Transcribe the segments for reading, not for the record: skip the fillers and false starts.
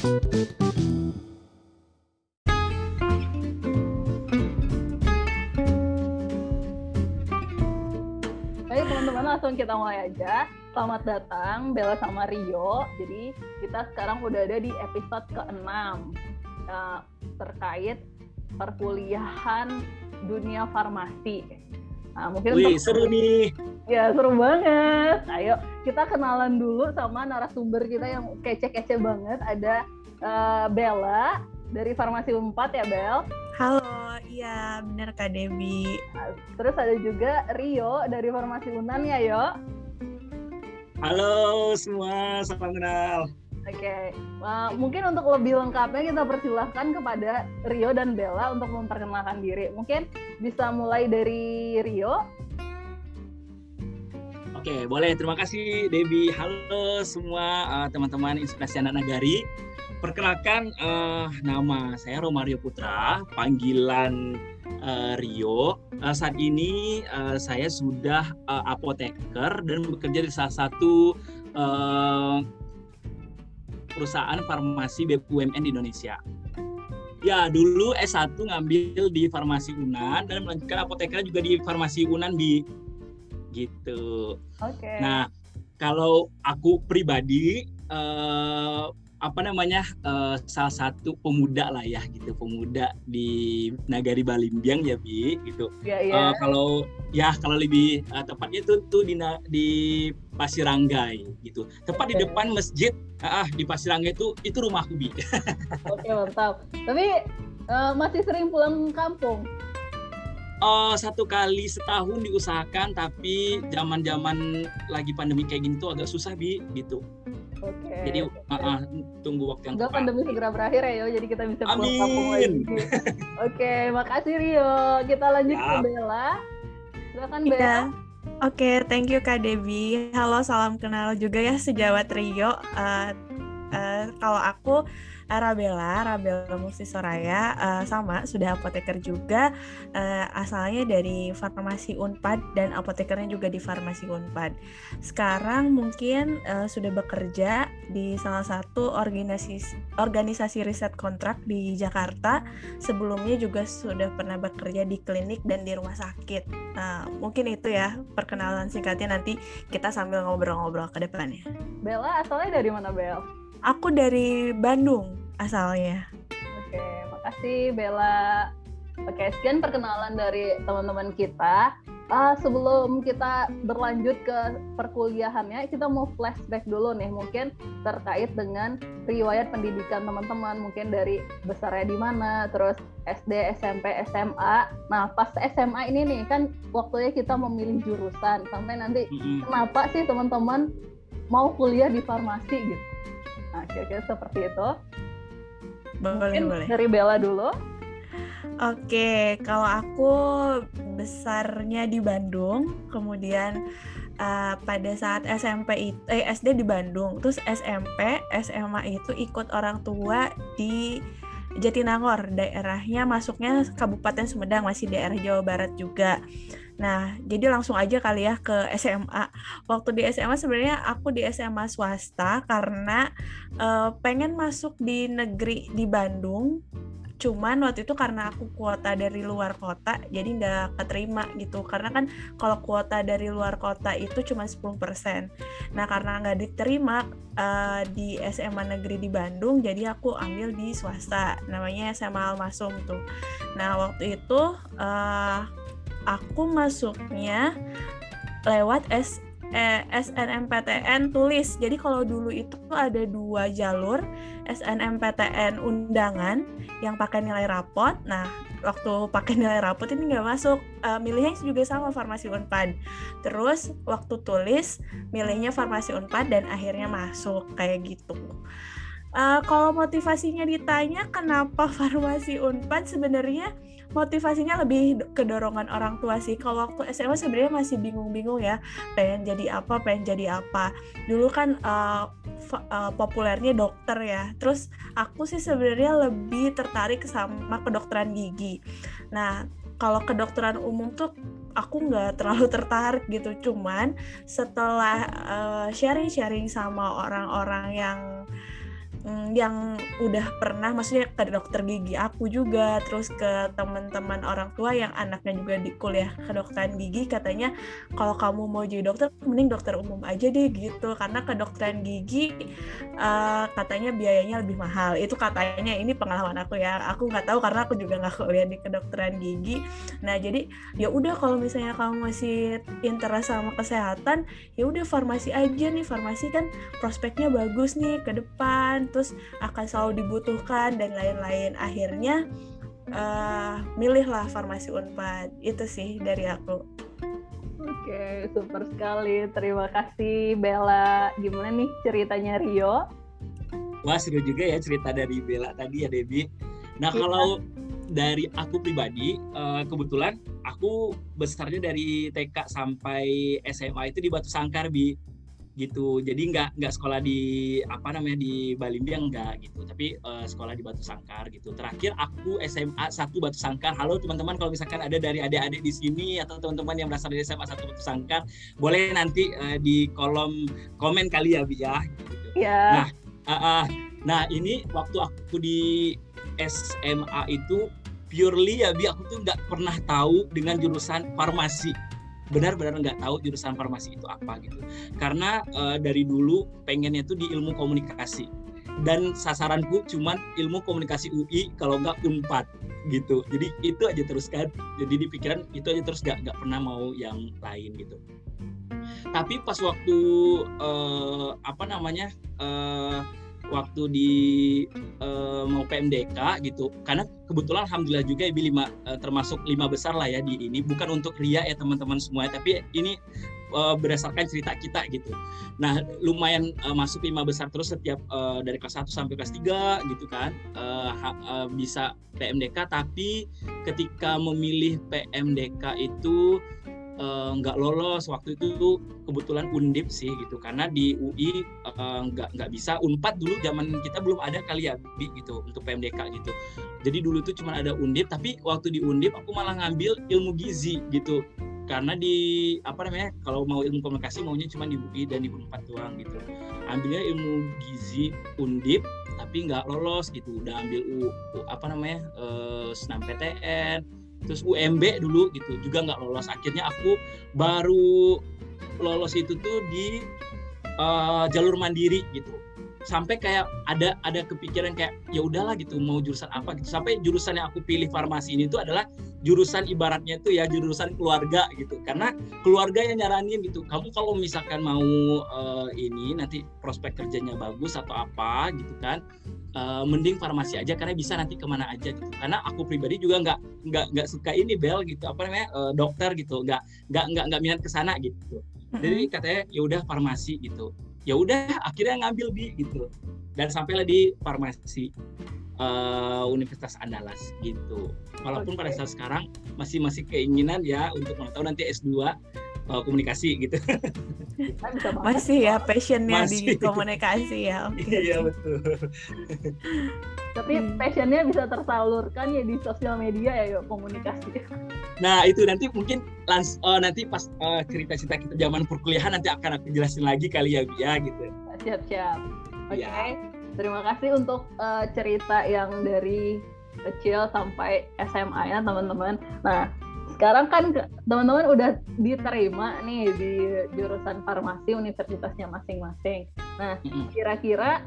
Baik teman-teman, langsung kita mulai aja. Selamat datang Bella sama Rio. Jadi kita sekarang udah ada di episode ke-6 terkait perkuliahan dunia farmasi. Nah, mungkin seru nih. Ya, seru banget. Ayo kita kenalan dulu sama narasumber kita yang kece-kece banget. Ada Bella dari Farmasi Unpad ya, Bel? Halo, iya benar Kak Debbie. Terus ada juga Rio dari Farmasi Unan ya, Yo? Halo semua, salam kenal. Oke, mungkin untuk lebih lengkapnya kita persilahkan kepada Rio dan Bella untuk memperkenalkan diri. Mungkin bisa mulai dari Rio. Oke, boleh. Terima kasih Debbie. Halo semua teman-teman Inspirasi Anak Nagari. Perkenalkan, nama saya Romario Putra, panggilan Rio. Saat ini saya sudah apoteker dan bekerja di salah satu perusahaan farmasi BUMN di Indonesia. Ya, dulu S1 ngambil di Farmasi Unan dan melanjutkan apoteker juga di Farmasi Unan gitu. Oke. Nah, kalau aku pribadi salah satu pemuda lah ya gitu, pemuda di Nagari Balimbiang ya Bi gitu. Iya. Kalau lebih tepatnya itu tuh di Pasiranggai gitu, tepat di depan masjid di Pasiranggai itu rumahku Bi. Oke, mantap. Tapi masih sering pulang kampung? Satu kali setahun diusahakan, tapi zaman lagi pandemi kayak gini tuh agak susah Bi gitu. Oke. Jadi tunggu waktu yang tepat. Pandemi segera berakhir ya, Yo. Jadi kita bisa pulang kampung lagi. Oke, makasih Rio. Kita lanjut ke Bella. Silakan Bella. Oke, thank you Kak Debbie. Halo, salam kenal juga ya sejawat Rio. Kalau aku Rabella Mursi Soraya, sama sudah apoteker juga, asalnya dari Farmasi Unpad dan apotekernya juga di Farmasi Unpad. Sekarang mungkin sudah bekerja di salah satu organisasi riset kontrak di Jakarta. Sebelumnya juga sudah pernah bekerja di klinik dan di rumah sakit. Mungkin itu ya perkenalan singkatnya, nanti kita sambil ngobrol-ngobrol ke depannya. Bella asalnya dari mana, Bel? Aku dari Bandung asalnya. Oke, makasih Bella. Oke, sekian perkenalan dari teman-teman kita. Sebelum kita berlanjut ke perkuliahannya, kita mau flashback dulu nih, mungkin terkait dengan riwayat pendidikan teman-teman, mungkin dari besarnya di mana, terus SD, SMP, SMA. Nah, pas SMA ini nih, kan waktunya kita memilih jurusan, sampai nanti kenapa sih teman-teman mau kuliah di farmasi gitu. Nah, kira-kira seperti itu. Boleh. Dari Bella dulu. Oke, kalau aku besarnya di Bandung, kemudian pada saat SD di Bandung, terus SMP, SMA itu ikut orang tua di Jatinangor, daerahnya masuknya Kabupaten Sumedang, masih daerah Jawa Barat juga. Nah, jadi langsung aja kali ya ke SMA. Waktu di SMA sebenarnya aku di SMA swasta karena pengen masuk di negeri di Bandung. Cuman waktu itu karena aku kuota dari luar kota, jadi nggak keterima gitu. Karena kan kalau kuota dari luar kota itu cuma 10%. Nah, karena nggak diterima di SMA negeri di Bandung, jadi aku ambil di swasta. Namanya SMA Al-Masum tuh. Nah, waktu itu aku masuknya lewat SNMPTN tulis. Jadi kalau dulu itu ada 2 jalur, SNMPTN undangan yang pakai nilai rapot. Nah, waktu pakai nilai rapot ini nggak masuk, milihnya juga sama Farmasi Unpad. Terus waktu tulis milihnya Farmasi Unpad dan akhirnya masuk kayak gitu. Kalau motivasinya ditanya kenapa Farmasi Unpad, sebenarnya motivasinya lebih ke dorongan orang tua sih. Kalau waktu SMA sebenarnya masih bingung-bingung ya, pengen jadi apa. Dulu kan populernya dokter ya. Terus aku sih sebenarnya lebih tertarik sama kedokteran gigi. Nah, kalau kedokteran umum tuh aku nggak terlalu tertarik gitu. Cuman setelah sharing-sharing sama orang-orang yang yang udah pernah, maksudnya ke dokter gigi aku juga, terus ke teman-teman orang tua yang anaknya juga di kuliah kedokteran gigi, katanya kalau kamu mau jadi dokter mending dokter umum aja deh gitu, karena kedokteran gigi katanya biayanya lebih mahal. Itu katanya, ini pengalaman aku ya, aku nggak tahu karena aku juga nggak kuliah di kedokteran gigi. Nah jadi ya udah, kalau misalnya kamu masih interest sama kesehatan, ya udah farmasi aja nih, farmasi kan prospeknya bagus nih ke depan, terus akan selalu dibutuhkan dan lain-lain. Akhirnya milihlah farmasi Unpad. Itu sih dari aku. Oke, super sekali. Terima kasih Bella. Gimana nih ceritanya Rio? Wah, seru juga ya cerita dari Bella tadi ya, Debbie. Nah, kalau dari aku pribadi, kebetulan aku besarnya dari TK sampai SMA itu di Batu Sangkar, Bi. Gitu. Jadi nggak sekolah di di Balimbiang, enggak gitu, tapi sekolah di Batu Sangkar gitu. Terakhir aku SMA 1 Batu Sangkar. Halo teman-teman, kalau misalkan ada dari adik-adik di sini atau teman-teman yang berasal dari SMA 1 Batu Sangkar, boleh nanti di kolom komen kali ya, Bi ya gitu. Yeah. Nah ini waktu aku di SMA itu purely ya, Bi, aku tuh nggak pernah tahu dengan jurusan farmasi. Benar-benar nggak tahu jurusan farmasi itu apa gitu, karena dari dulu pengennya tuh di ilmu komunikasi dan sasaranku cuman ilmu komunikasi UI, kalau nggak Unpad gitu. Jadi itu aja terus kan, jadi di pikiran itu aja terus, nggak pernah mau yang lain gitu. Tapi pas waktu waktu di mau PMDK gitu, karena kebetulan alhamdulillah juga Ibi termasuk 5 besar lah ya di ini, bukan untuk ria ya teman-teman semua, tapi ini berdasarkan cerita kita gitu. Nah lumayan masuk 5 besar terus setiap dari kelas 1 sampai kelas 3 gitu kan, bisa PMDK. Tapi ketika memilih PMDK itu nggak lolos waktu itu, kebetulan Undip sih gitu, karena di UI nggak bisa. Unpad dulu zaman kita belum ada kali ya, Bi, gitu untuk PMDK gitu. Jadi dulu tuh cuma ada Undip, tapi waktu di Undip aku malah ngambil ilmu gizi gitu, karena di kalau mau ilmu komunikasi maunya cuma di UI dan di Unpad doang gitu. Ambilnya ilmu gizi Undip tapi nggak lolos gitu. Udah ambil SNMPTN, terus UMB dulu gitu juga nggak lolos. Akhirnya aku baru lolos itu tuh di jalur mandiri gitu, sampai kayak ada kepikiran kayak ya udahlah gitu, mau jurusan apa gitu. Sampai jurusan yang aku pilih farmasi ini tuh adalah jurusan ibaratnya tuh ya jurusan keluarga gitu, karena keluarga yang nyaranin gitu, kamu kalau misalkan mau ini nanti prospek kerjanya bagus atau apa gitu kan, mending farmasi aja karena bisa nanti kemana aja gitu. Karena aku pribadi juga nggak suka ini Bel gitu, dokter gitu, nggak minat kesana gitu. Jadi katanya ya udah farmasi gitu. Ya udah akhirnya ngambil gitu, dan sampailah di farmasi Universitas Andalas gitu. Walaupun pada saat sekarang masih keinginan ya untuk mau tahu nanti S2 komunikasi gitu. Masih ya passionnya di komunikasi ya. Iya betul. Tapi passionnya bisa tersalurkan ya di sosial media ya, yuk komunikasi. Nah itu nanti mungkin nanti pas cerita-cerita kita zaman perkuliahan nanti akan aku jelasin lagi kali ya, Bia gitu. Siap. Oke. Terima kasih untuk cerita yang dari kecil sampai SMA ya teman-teman. Nah sekarang kan teman-teman udah diterima nih di jurusan farmasi universitasnya masing-masing. Nah kira-kira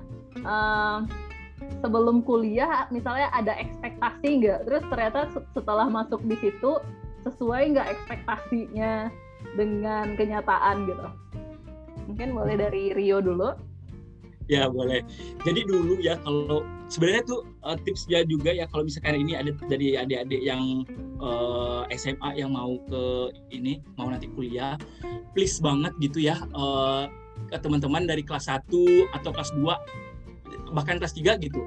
sebelum kuliah misalnya ada ekspektasi nggak? Terus ternyata setelah masuk di situ sesuai nggak ekspektasinya dengan kenyataan gitu? Mungkin boleh dari Rio dulu. Ya boleh. Jadi dulu ya, kalau sebenarnya tuh tipsnya juga ya, kalau misalkan ini ada dari adik-adik yang SMA yang mau mau nanti kuliah, please banget gitu ya, ke teman-teman dari kelas 1 atau kelas 2 bahkan kelas 3 gitu,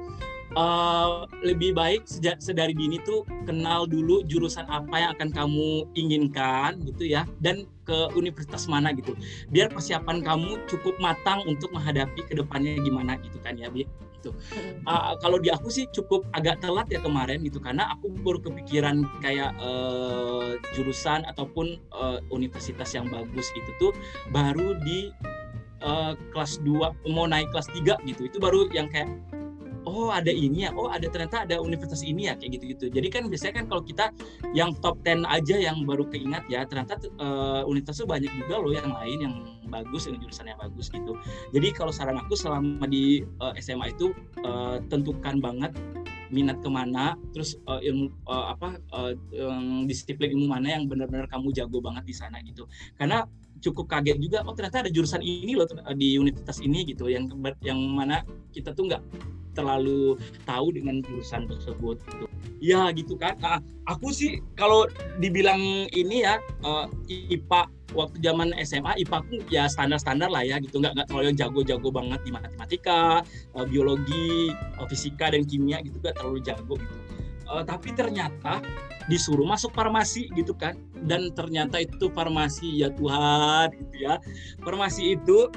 lebih baik sedari dini tuh kenal dulu jurusan apa yang akan kamu inginkan gitu ya, dan ke universitas mana gitu, biar persiapan kamu cukup matang untuk menghadapi kedepannya gimana gitu kan ya, Bi gitu. Kalau di aku sih cukup agak telat ya kemarin gitu, karena aku baru kepikiran kayak jurusan ataupun universitas yang bagus gitu tuh baru di kelas 2 mau naik kelas 3 gitu. Itu baru yang kayak oh ada ini ya, oh ada ternyata ada universitas ini ya, kayak gitu-gitu. Jadi kan biasanya kan kalau kita yang top 10 aja yang baru keingat ya, ternyata universitas itu banyak juga loh yang lain yang bagus, dengan jurusan yang bagus gitu. Jadi kalau saran aku selama di SMA itu tentukan banget minat kemana, terus ilmu disiplin ilmu mana yang benar-benar kamu jago banget di sana gitu. Karena cukup kaget juga, oh ternyata ada jurusan ini loh di universitas ini gitu, yang mana kita tuh nggak terlalu tahu dengan jurusan tersebut gitu. Ya gitu kan. Nah, aku sih kalau dibilang ini ya IPA waktu zaman SMA, IPA aku ya standar-standar lah ya gitu, nggak terlalu yang jago-jago banget di matematika, biologi, fisika dan kimia gitu, nggak terlalu jago gitu. Tapi ternyata disuruh masuk farmasi gitu kan, dan ternyata itu farmasi, ya Tuhan gitu ya, farmasi itu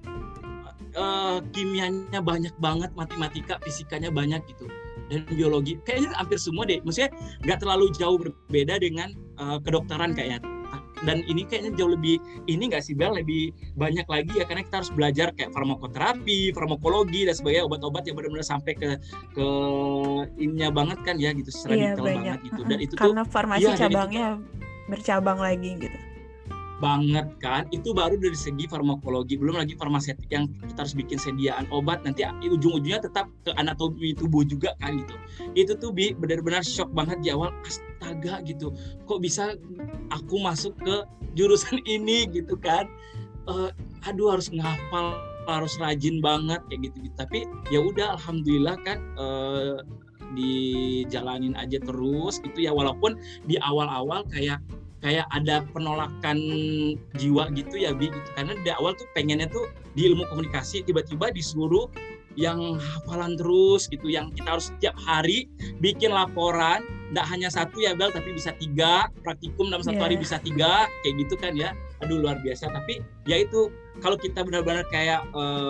kimianya banyak banget, matematika, fisikanya banyak gitu, dan biologi kayaknya hampir semua deh, maksudnya nggak terlalu jauh berbeda dengan kedokteran kayaknya. Dan ini kayaknya jauh lebih ini nggak sih Bel, lebih banyak lagi ya, karena kita harus belajar kayak farmakoterapi, farmakologi dan sebagainya, obat-obat yang benar-benar sampai ke ininya banget kan ya gitu, secara detail banget gitu. Dan itu karena tuh farmasi cabangnya bercabang lagi gitu. Banget kan, itu baru dari segi farmakologi, belum lagi farmasetik yang kita harus bikin sediaan obat, nanti ujung-ujungnya tetap ke anatomi tubuh juga kan gitu. Itu tuh benar-benar shock banget di awal, astaga gitu, kok bisa aku masuk ke jurusan ini gitu kan. Aduh, harus ngehafal, harus rajin banget kayak gitu. Tapi ya udah, alhamdulillah kan dijalanin aja terus gitu ya, walaupun di awal-awal kayak ada penolakan jiwa gitu ya Bi gitu. Karena di awal tuh pengennya tuh di ilmu komunikasi, tiba-tiba disuruh yang hafalan terus gitu, yang kita harus setiap hari bikin laporan, nggak hanya satu ya Bel, tapi bisa 3 praktikum dalam satu hari, bisa 3 kayak gitu kan ya. Aduh, luar biasa. Tapi ya itu, kalau kita benar-benar kayak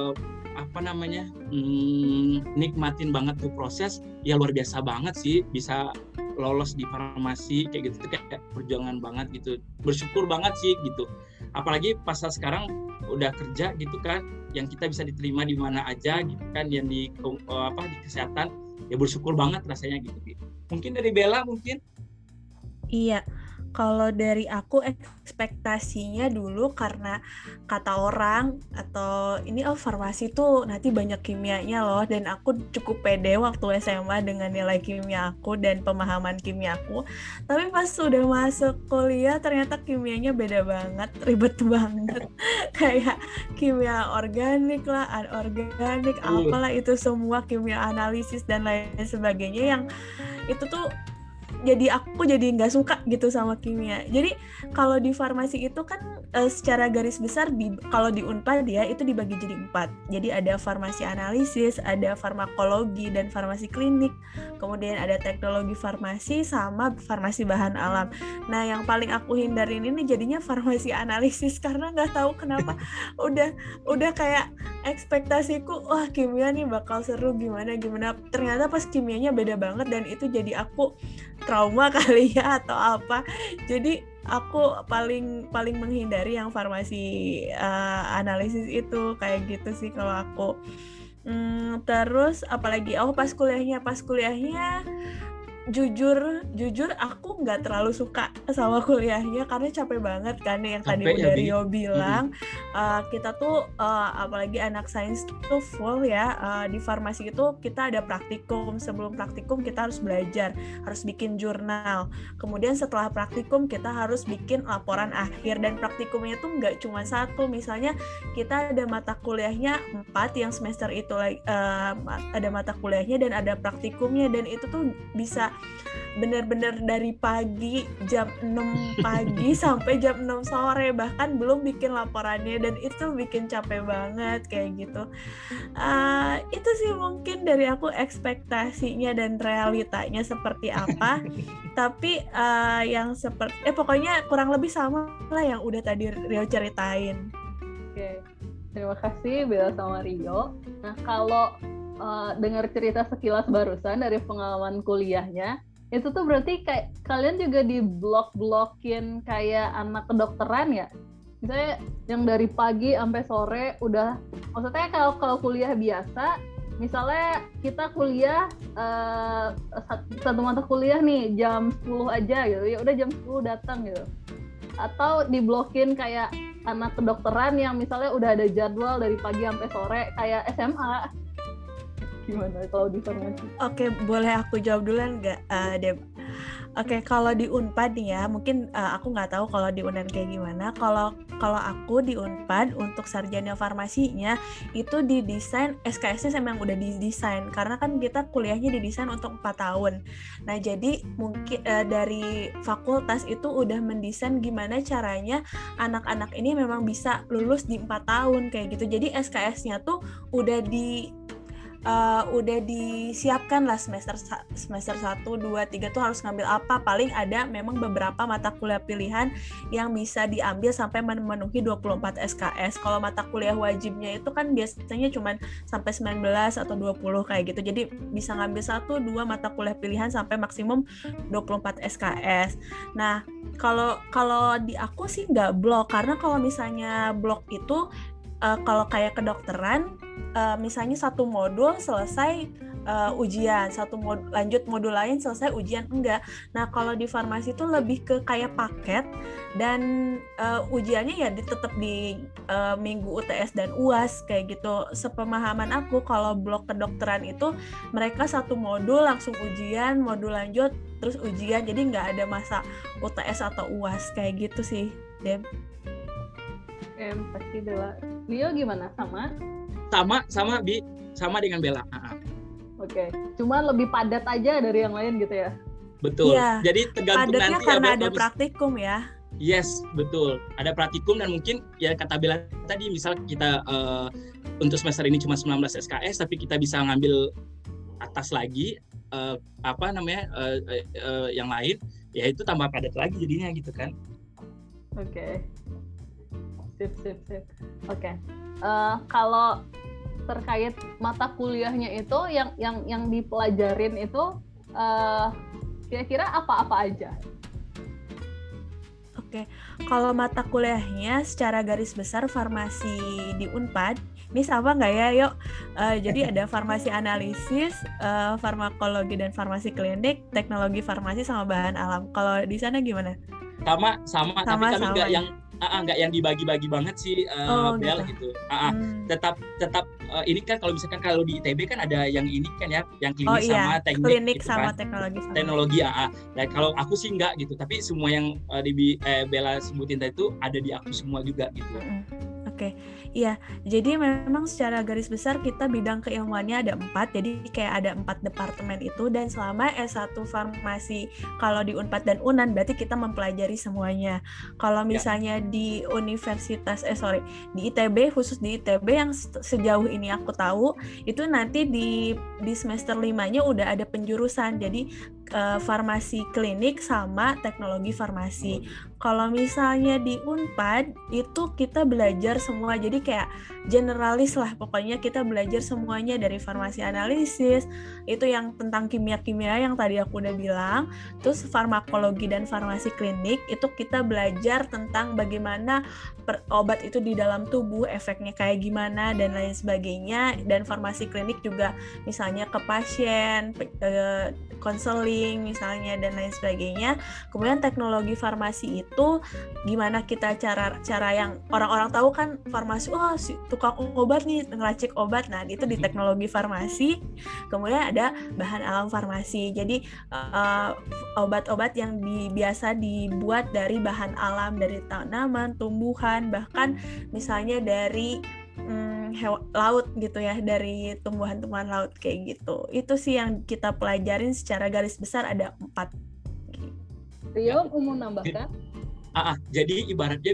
nikmatin banget tuh proses, ya luar biasa banget sih bisa lolos di farmasi kayak gitu tuh, kayak perjuangan banget gitu. Bersyukur banget sih gitu. Apalagi pas sekarang udah kerja gitu kan, yang kita bisa diterima di mana aja gitu kan, yang di kesehatan, ya bersyukur banget rasanya gitu. Mungkin dari Bella mungkin. Iya. Kalau dari aku ekspektasinya dulu, karena kata orang atau ini farmasi tuh nanti banyak kimianya loh, dan aku cukup pede waktu SMA dengan nilai kimia aku dan pemahaman kimia aku. Tapi pas sudah masuk kuliah ternyata kimianya beda banget, ribet banget. Kayak kimia organik lah, anorganik, apalah itu semua, kimia analisis dan lain sebagainya, yang itu tuh jadi aku jadi nggak suka gitu sama kimia. Jadi kalau di farmasi itu kan secara garis besar kalau di Unpad ya itu dibagi jadi 4. Jadi ada farmasi analisis, ada farmakologi dan farmasi klinik, kemudian ada teknologi farmasi sama farmasi bahan alam. Nah yang paling aku hindarin ini jadinya farmasi analisis, karena nggak tahu kenapa udah kayak ekspektasiku, wah kimia nih bakal seru gimana, ternyata pas kimianya beda banget, dan itu jadi aku trauma kali ya atau apa. Jadi aku paling menghindari yang farmasi analisis itu, kayak gitu sih kalau aku. Terus apalagi pas kuliahnya jujur aku nggak terlalu suka sama kuliahnya, karena capek banget kan, yang tadi udah Rio bilang. Kita tuh apalagi anak sains tuh full ya, di farmasi itu kita ada praktikum, sebelum praktikum kita harus belajar, harus bikin jurnal, kemudian setelah praktikum kita harus bikin laporan akhir, dan praktikumnya tuh nggak cuma 1, misalnya kita ada mata kuliahnya 4 yang semester itu ada mata kuliahnya dan ada praktikumnya, dan itu tuh bisa benar-benar dari pagi jam 6 pagi sampai jam 6 sore, bahkan belum bikin laporannya, dan itu bikin capek banget kayak gitu. Itu sih mungkin dari aku ekspektasinya dan realitanya seperti apa. Tapi yang seperti pokoknya kurang lebih sama lah yang udah tadi Rio ceritain. Oke, terima kasih Bella sama Rio. Nah kalau dengar cerita sekilas barusan dari pengalaman kuliahnya, itu tuh berarti kayak kalian juga di blok-blokin kayak anak kedokteran ya? Misalnya yang dari pagi sampai sore udah, maksudnya kalau kuliah biasa misalnya kita kuliah satu mata kuliah nih jam 10 aja gitu, ya udah jam 10 datang gitu. Atau diblokin kayak anak kedokteran yang misalnya udah ada jadwal dari pagi sampai sore kayak SMA. Gimana kalau di farmasi? Oke, boleh aku jawab duluan nggak, Deb? Oke, kalau di Unpad nih ya, mungkin aku nggak tahu kalau di UNAN kayak gimana. Kalau aku di Unpad untuk sarjana farmasinya itu didesain SKS-nya memang udah didesain karena kan kita kuliahnya didesain untuk 4 tahun. Nah, jadi mungkin dari fakultas itu udah mendesain gimana caranya anak-anak ini memang bisa lulus di 4 tahun kayak gitu. Jadi SKS-nya tuh udah disiapkan lah semester 1, 2, 3 tuh harus ngambil apa. Paling ada memang beberapa mata kuliah pilihan yang bisa diambil sampai memenuhi 24 SKS. Kalau mata kuliah wajibnya itu kan biasanya cuma sampai 19 atau 20 kayak gitu. Jadi bisa ngambil 1-2 mata kuliah pilihan sampai maksimum 24 SKS. Nah, kalau di aku sih nggak blok, karena kalau misalnya blok itu kalau kayak kedokteran misalnya satu modul selesai ujian, lanjut modul lain selesai ujian, enggak. Nah, kalau di farmasi itu lebih ke kayak paket dan ujiannya ya tetap di minggu UTS dan UAS kayak gitu. Sepemahaman aku kalau blok kedokteran itu mereka satu modul langsung ujian, modul lanjut terus ujian, jadi nggak ada masa UTS atau UAS kayak gitu sih, Deb. Pasti Bella. Leo gimana? Sama Bi, sama dengan Bella. Oke. Cuma lebih padat aja dari yang lain gitu ya. Betul. Iya, Jadi tergantung padatnya nanti karena ada praktikum ya. Yes, betul. Ada praktikum dan mungkin ya kata Bella tadi, misal kita untuk semester ini cuma 19 SKS tapi kita bisa ngambil atas lagi yang lain, ya itu tambah padat lagi jadinya gitu kan. Oke. Sip. Oke. Kalau terkait mata kuliahnya itu yang dipelajarin itu kira-kira apa-apa aja? Oke. Kalau mata kuliahnya secara garis besar farmasi di Unpad ini sama nggak ya? Yuk. Jadi ada farmasi analisis, farmakologi dan farmasi klinik, teknologi farmasi sama bahan alam. Kalau di sana gimana? Sama. Tapi kami nggak yang dibagi-bagi banget sih, Bel gitu. Tetap ini kan kalau misalkan kalau di ITB kan ada yang ini kan ya, yang klinik sama teknik. Klinik gitu sama kan. teknologi. Dan kalau aku sih enggak gitu. Tapi semua yang Bella sebutin tadi itu ada di aku semua juga gitu. Oke, iya. Jadi memang secara garis besar kita bidang keilmuannya ada 4, jadi kayak ada 4 departemen itu, dan selama S1 farmasi kalau di Unpad dan UNAN berarti kita mempelajari semuanya. Kalau misalnya di di ITB, khusus di ITB yang sejauh ini aku tahu, itu nanti di semester 5-nya udah ada penjurusan, jadi farmasi klinik sama teknologi farmasi. Kalau misalnya di Unpad itu kita belajar semua, jadi kayak generalis lah, pokoknya kita belajar semuanya dari farmasi analisis itu yang tentang kimia yang tadi aku udah bilang, terus farmakologi dan farmasi klinik itu kita belajar tentang bagaimana obat itu di dalam tubuh, efeknya kayak gimana dan lain sebagainya. Dan farmasi klinik juga misalnya ke pasien, konseling misalnya dan lain sebagainya. Kemudian teknologi farmasi itu gimana kita cara yang orang-orang tahu kan, farmasi si tukang obat nih ngeracik obat, nah itu di teknologi farmasi. Kemudian ada bahan alam farmasi, jadi obat-obat yang biasa dibuat dari bahan alam, dari tanaman, tumbuhan, bahkan misalnya dari laut gitu ya, dari tumbuhan-tumbuhan laut kayak gitu. Itu sih yang kita pelajarin secara garis besar, ada 4. Rio mau nambahkan? Jadi ibaratnya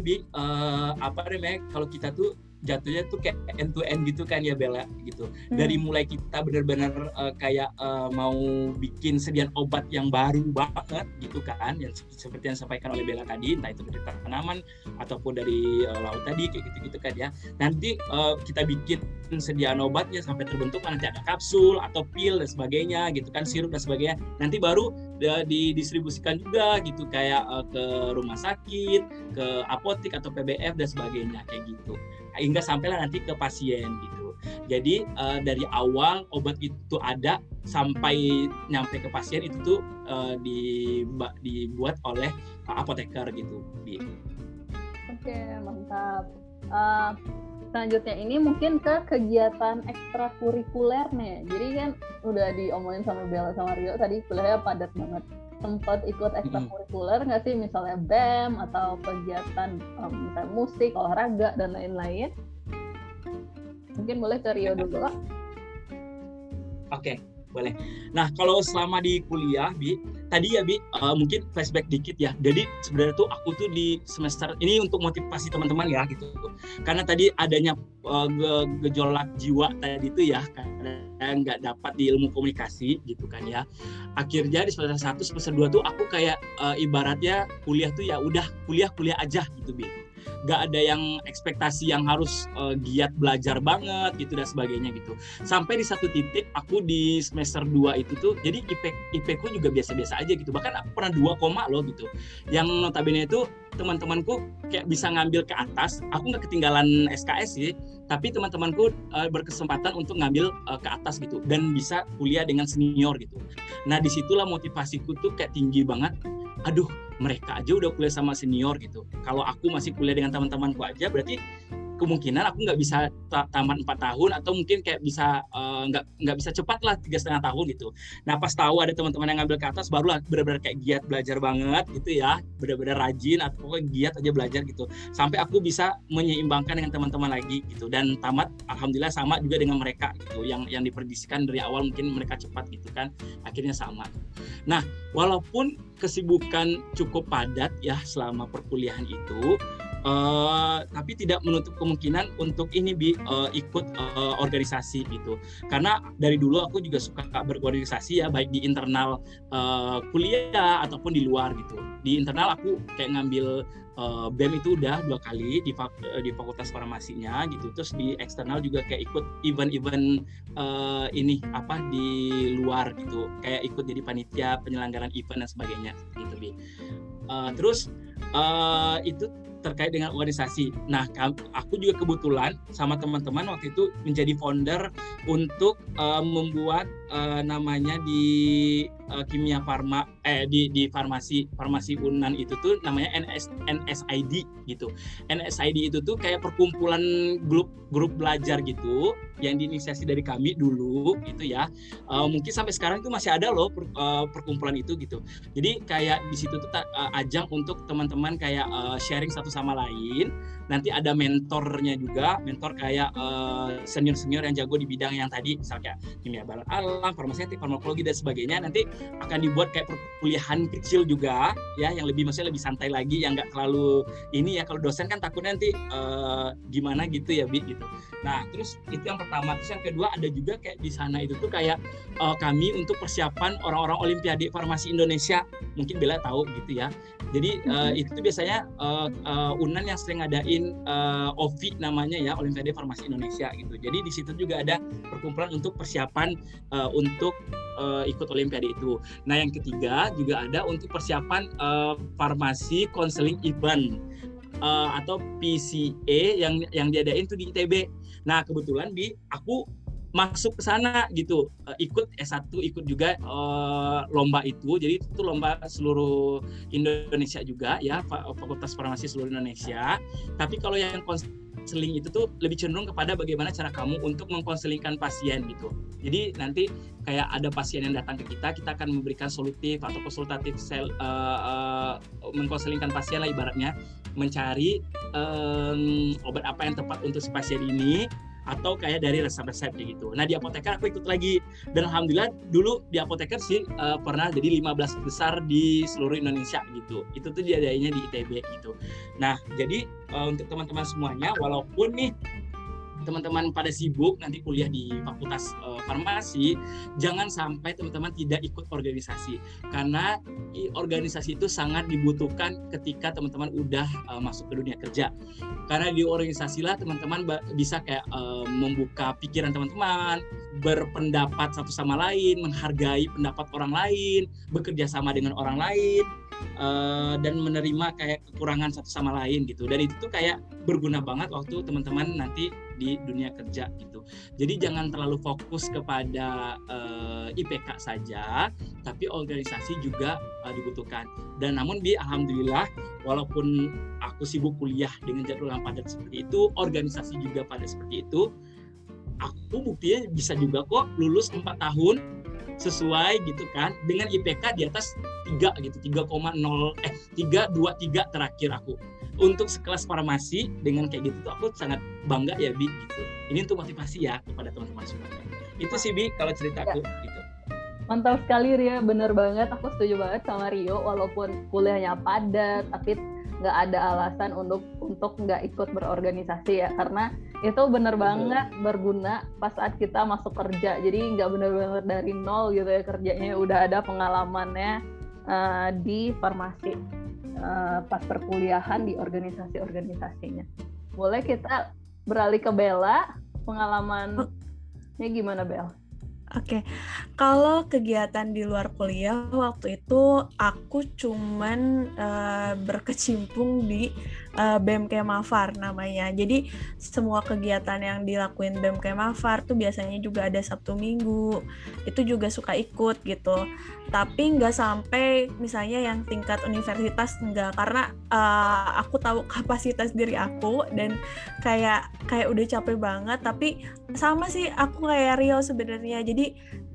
kalau kita tuh jatuhnya tuh kayak end to end gitu kan ya Bella gitu. Dari mulai kita benar-benar kayak mau bikin sediaan obat yang baru banget gitu kan, yang seperti yang disampaikan oleh Bella tadi, entah itu dari tanaman ataupun dari laut tadi kayak gitu-gitu kan ya. Nanti kita bikin sediaan obatnya sampai terbentuk, nanti ada kapsul atau pil dan sebagainya gitu kan, sirup dan sebagainya. Nanti baru didistribusikan juga gitu kayak ke rumah sakit, ke apotek atau PBF dan sebagainya kayak gitu. Hingga sampailah nanti ke pasien gitu. Jadi dari awal obat itu ada sampai nyampe ke pasien itu tuh dibuat oleh apoteker gitu, Bi. Oke, mantap. Selanjutnya ini mungkin ke kegiatan ekstrakurikuler nih. Jadi kan udah diomongin sama Bella sama Rio tadi kuliahnya padat banget. Sempat ikut ekstrakurikuler nggak sih, misalnya BEM atau kegiatan misalnya musik, olahraga dan lain-lain? Mungkin boleh ke Rio dulu. Oke, boleh. Nah, kalau selama di kuliah, Bi, tadi ya Bi, mungkin flashback dikit ya. Jadi sebenarnya tuh aku tuh di semester ini untuk motivasi teman-teman ya gitu. Karena tadi adanya gejolak jiwa tadi itu ya, karena nggak dapat di ilmu komunikasi gitu kan ya. Akhirnya di semester 1, semester 2 tuh aku kayak ibaratnya kuliah tuh ya udah kuliah aja gitu Bi. Gak ada yang ekspektasi yang harus giat belajar banget gitu dan sebagainya gitu. Sampai di satu titik aku di semester 2 itu tuh jadi IP ku juga biasa-biasa aja gitu. Bahkan aku pernah 2 koma loh gitu. Yang notabene itu teman-temanku kayak bisa ngambil ke atas. Aku nggak ketinggalan SKS sih, tapi teman-temanku berkesempatan untuk ngambil ke atas gitu dan bisa kuliah dengan senior gitu. Nah disitulah motivasiku tuh kayak tinggi banget. Aduh, mereka aja udah kuliah sama senior gitu. Kalau aku masih kuliah dengan teman-temanku aja, berarti kemungkinan aku nggak bisa tamat 4 tahun atau mungkin kayak bisa nggak bisa cepat lah 3,5 tahun gitu. Nah pas tahu ada teman-teman yang ngambil ke atas, barulah benar-benar kayak giat belajar banget gitu ya, benar-benar rajin atau pokoknya giat aja belajar gitu. Sampai aku bisa menyeimbangkan dengan teman-teman lagi gitu dan tamat alhamdulillah sama juga dengan mereka gitu. Yang diprediksikan dari awal mungkin mereka cepat gitu kan, akhirnya sama. Nah walaupun kesibukan cukup padat ya selama perkuliahan itu, tapi tidak menutup kemungkinan untuk ini ikut organisasi gitu. Karena dari dulu aku juga suka berorganisasi ya, baik di internal kuliah ataupun di luar gitu. Di internal aku kayak ngambil BEM itu udah 2 kali di Fakultas Farmasinya gitu. Terus di eksternal juga kayak ikut event-event di luar gitu. Kayak ikut jadi panitia penyelenggaraan event dan sebagainya gitu Bi. Terus itu terkait dengan organisasi. Nah, aku juga kebetulan sama teman-teman waktu itu menjadi founder untuk membuat namanya di kimia farma di farmasi Unan itu tuh namanya NSID gitu. NSID itu tuh kayak perkumpulan grup belajar gitu yang diinisiasi dari kami dulu gitu ya. Mungkin sampai sekarang itu masih ada loh perkumpulan itu gitu. Jadi kayak di situ tuh ajang untuk teman-teman kayak sharing satu sama lain. Nanti ada mentornya juga, mentor kayak senior-senior yang jago di bidang yang tadi, misalnya kimia bahan alam, farmaseutik, farmakologi dan sebagainya. Nanti akan dibuat kayak perkuliahan kecil juga ya, yang maksudnya lebih santai lagi, yang nggak terlalu ini ya. Kalau dosen kan takutnya nanti gimana gitu ya Bi gitu. Nah terus itu yang pertama. Terus yang kedua ada juga kayak di sana itu tuh kayak kami untuk persiapan orang-orang Olimpiade Farmasi Indonesia, mungkin Bella tahu gitu ya. Jadi itu tuh biasanya Unan yang sering ngadain OVI namanya ya, Olimpiade Farmasi Indonesia gitu. Jadi di situ juga ada perkumpulan untuk persiapan untuk ikut Olimpiade itu. Nah yang ketiga juga ada untuk persiapan farmasi counseling event atau PCA yang diadain tuh di ITB. Nah kebetulan aku masuk ke sana gitu, ikut S1, ikut juga lomba itu. Jadi itu lomba seluruh Indonesia juga ya, Fakultas Farmasi seluruh Indonesia. Tapi kalau yang konseling itu tuh lebih cenderung kepada bagaimana cara kamu untuk mengkonselingkan pasien gitu. Jadi nanti kayak ada pasien yang datang ke kita akan memberikan solutif atau konsultatif mengkonselingkan pasien lah ibaratnya, mencari obat apa yang tepat untuk si pasien ini, atau kayak dari resep-resep gitu. Nah di apoteker aku ikut lagi, dan alhamdulillah dulu di apoteker sih pernah jadi 15 besar di seluruh Indonesia gitu. Itu tuh diadainnya di ITB gitu. Nah jadi untuk teman-teman semuanya, walaupun nih teman-teman pada sibuk nanti kuliah di Fakultas Farmasi, jangan sampai teman-teman tidak ikut organisasi, karena organisasi itu sangat dibutuhkan ketika teman-teman udah masuk ke dunia kerja. Karena di organisasi lah teman-teman bisa kayak membuka pikiran teman-teman, berpendapat satu sama lain, menghargai pendapat orang lain, bekerja sama dengan orang lain, dan menerima kayak kekurangan satu sama lain gitu. Dan itu tuh kayak berguna banget waktu teman-teman nanti di dunia kerja gitu. Jadi jangan terlalu fokus kepada IPK saja, tapi organisasi juga dibutuhkan. Dan namun alhamdulillah, walaupun aku sibuk kuliah dengan jadwal yang padat seperti itu, organisasi juga padat seperti itu, aku buktinya bisa juga kok lulus 4 tahun sesuai gitu kan, dengan IPK di atas 3 gitu, 3,23 terakhir aku. Untuk sekelas farmasi dengan kayak gitu tuh aku sangat bangga ya Bi gitu. Ini untuk motivasi ya kepada teman-teman semua. Itu sih Bi kalau ceritaku gitu. Mantap sekali Ria, bener banget, aku setuju banget sama Rio. Walaupun kuliahnya padat, tapi nggak ada alasan untuk nggak ikut berorganisasi ya, karena itu bener banget berguna pas saat kita masuk kerja. Jadi nggak bener-bener dari nol gitu ya kerjanya, udah ada pengalamannya di farmasi pas perkuliahan di organisasi-organisasinya. Boleh kita beralih ke Bella, pengalamannya gimana Bel? Oke, kalau kegiatan di luar kuliah waktu itu aku cuman berkecimpung di BMK Mafar namanya. Jadi semua kegiatan yang dilakuin BMK Mafar tuh biasanya juga ada Sabtu Minggu. Itu juga suka ikut gitu. Tapi nggak sampai misalnya yang tingkat universitas, enggak, karena aku tahu kapasitas diri aku dan kayak udah capek banget. Tapi sama sih aku kayak Rio sebenarnya. Jadi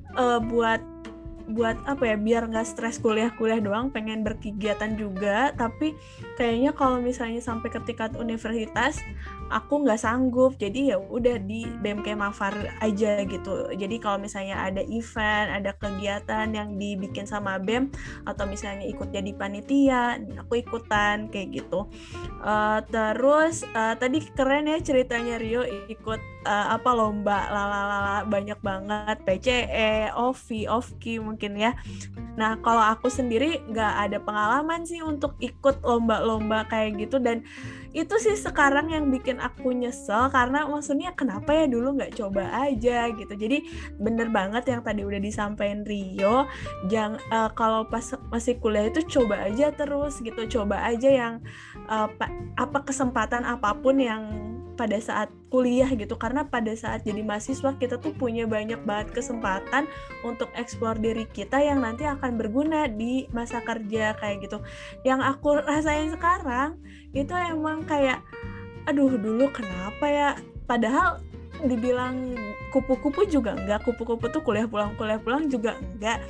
buat apa ya, biar nggak stres kuliah doang, pengen berkegiatan juga, tapi kayaknya kalau misalnya sampai ke tingkat universitas aku nggak sanggup, jadi ya udah di BMK Mafar aja gitu. Jadi kalau misalnya ada event, ada kegiatan yang dibikin sama BEM atau misalnya ikut jadi panitia, aku ikutan kayak gitu. Terus tadi keren ya ceritanya Rio ikut lomba lalala banyak banget, PCE, OVKI mungkin ya. Nah kalau aku sendiri nggak ada pengalaman sih untuk ikut lomba-lomba kayak gitu, dan itu sih sekarang yang bikin aku nyesel, karena maksudnya kenapa ya dulu nggak coba aja gitu. Jadi bener banget yang tadi udah disampaikan Rio, kalau pas masih kuliah itu coba aja terus gitu, coba aja yang kesempatan apapun yang pada saat kuliah gitu, karena pada saat jadi mahasiswa kita tuh punya banyak banget kesempatan untuk eksplor diri kita yang nanti akan berguna di masa kerja kayak gitu. Yang aku rasain sekarang itu emang kayak aduh dulu kenapa ya, padahal dibilang kupu-kupu juga enggak, kupu-kupu tuh kuliah pulang juga enggak,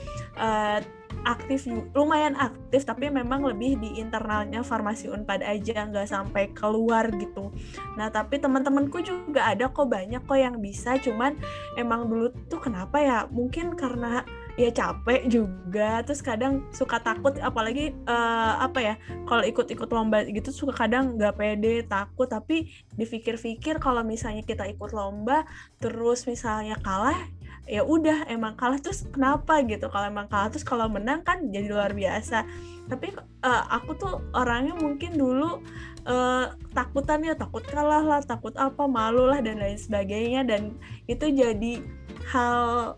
lumayan aktif, tapi memang lebih di internalnya Farmasi Unpad aja, nggak sampai keluar gitu. Nah tapi teman-temanku juga ada kok, banyak kok yang bisa, cuman emang dulu tuh kenapa ya, mungkin karena ya capek juga, terus kadang suka takut, apalagi kalau ikut-ikut lomba gitu suka kadang nggak pede, takut. Tapi dipikir-pikir kalau misalnya kita ikut lomba terus misalnya kalah, ya udah emang kalah terus kenapa gitu, kalau emang kalah terus kalau menang kan jadi luar biasa. Tapi aku tuh orangnya mungkin dulu takut kalah lah, takut malu lah dan lain sebagainya, dan itu jadi hal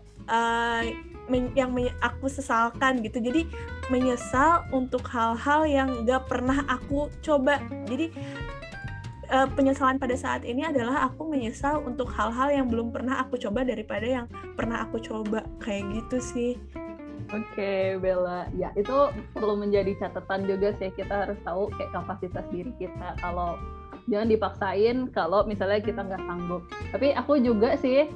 yang aku sesalkan gitu. Jadi menyesal untuk hal-hal yang gak pernah aku coba. Jadi penyesalan pada saat ini adalah aku menyesal untuk hal-hal yang belum pernah aku coba daripada yang pernah aku coba, kayak gitu sih. Oke, Bella, ya itu perlu menjadi catatan juga sih, kita harus tahu kayak kapasitas diri kita, kalau jangan dipaksain kalau misalnya kita nggak sanggup. Tapi aku juga sih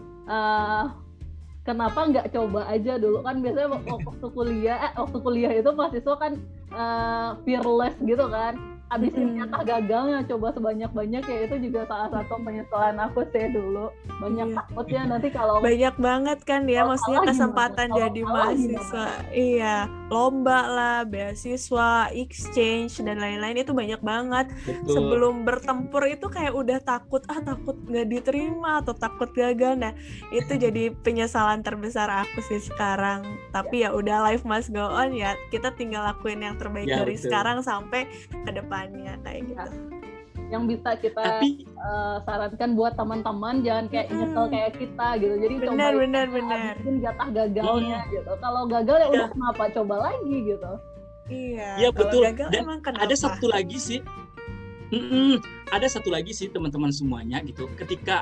kenapa nggak coba aja dulu, kan biasanya waktu kuliah itu mahasiswa kan fearless gitu kan, abis ini nyata gagalnya coba sebanyak-banyak, ya itu juga salah satu penyesalan aku sih dulu. Banyak takutnya nanti kalau banyak banget kan ya, maksudnya kesempatan jadi mahasiswa, iya, lomba lah, beasiswa, exchange dan lain-lain itu banyak banget. Betul. Sebelum bertempur itu kayak udah takut nggak diterima atau takut gagal. Nah itu jadi penyesalan terbesar aku sih sekarang. Tapi ya udah, life must go on ya, kita tinggal lakuin yang terbaik dari betul. Sekarang sampai ke depannya kayak gitu. Yang bisa kita sarankan buat teman-teman, jangan kayak nyesel kayak kita gitu. Jadi benar. bikin jatah gagalnya gitu. Kalau gagal ya udah kenapa, coba lagi gitu. Iya. Iya betul. Gagal, dan ada satu lagi sih. ada satu lagi sih teman-teman semuanya gitu. Ketika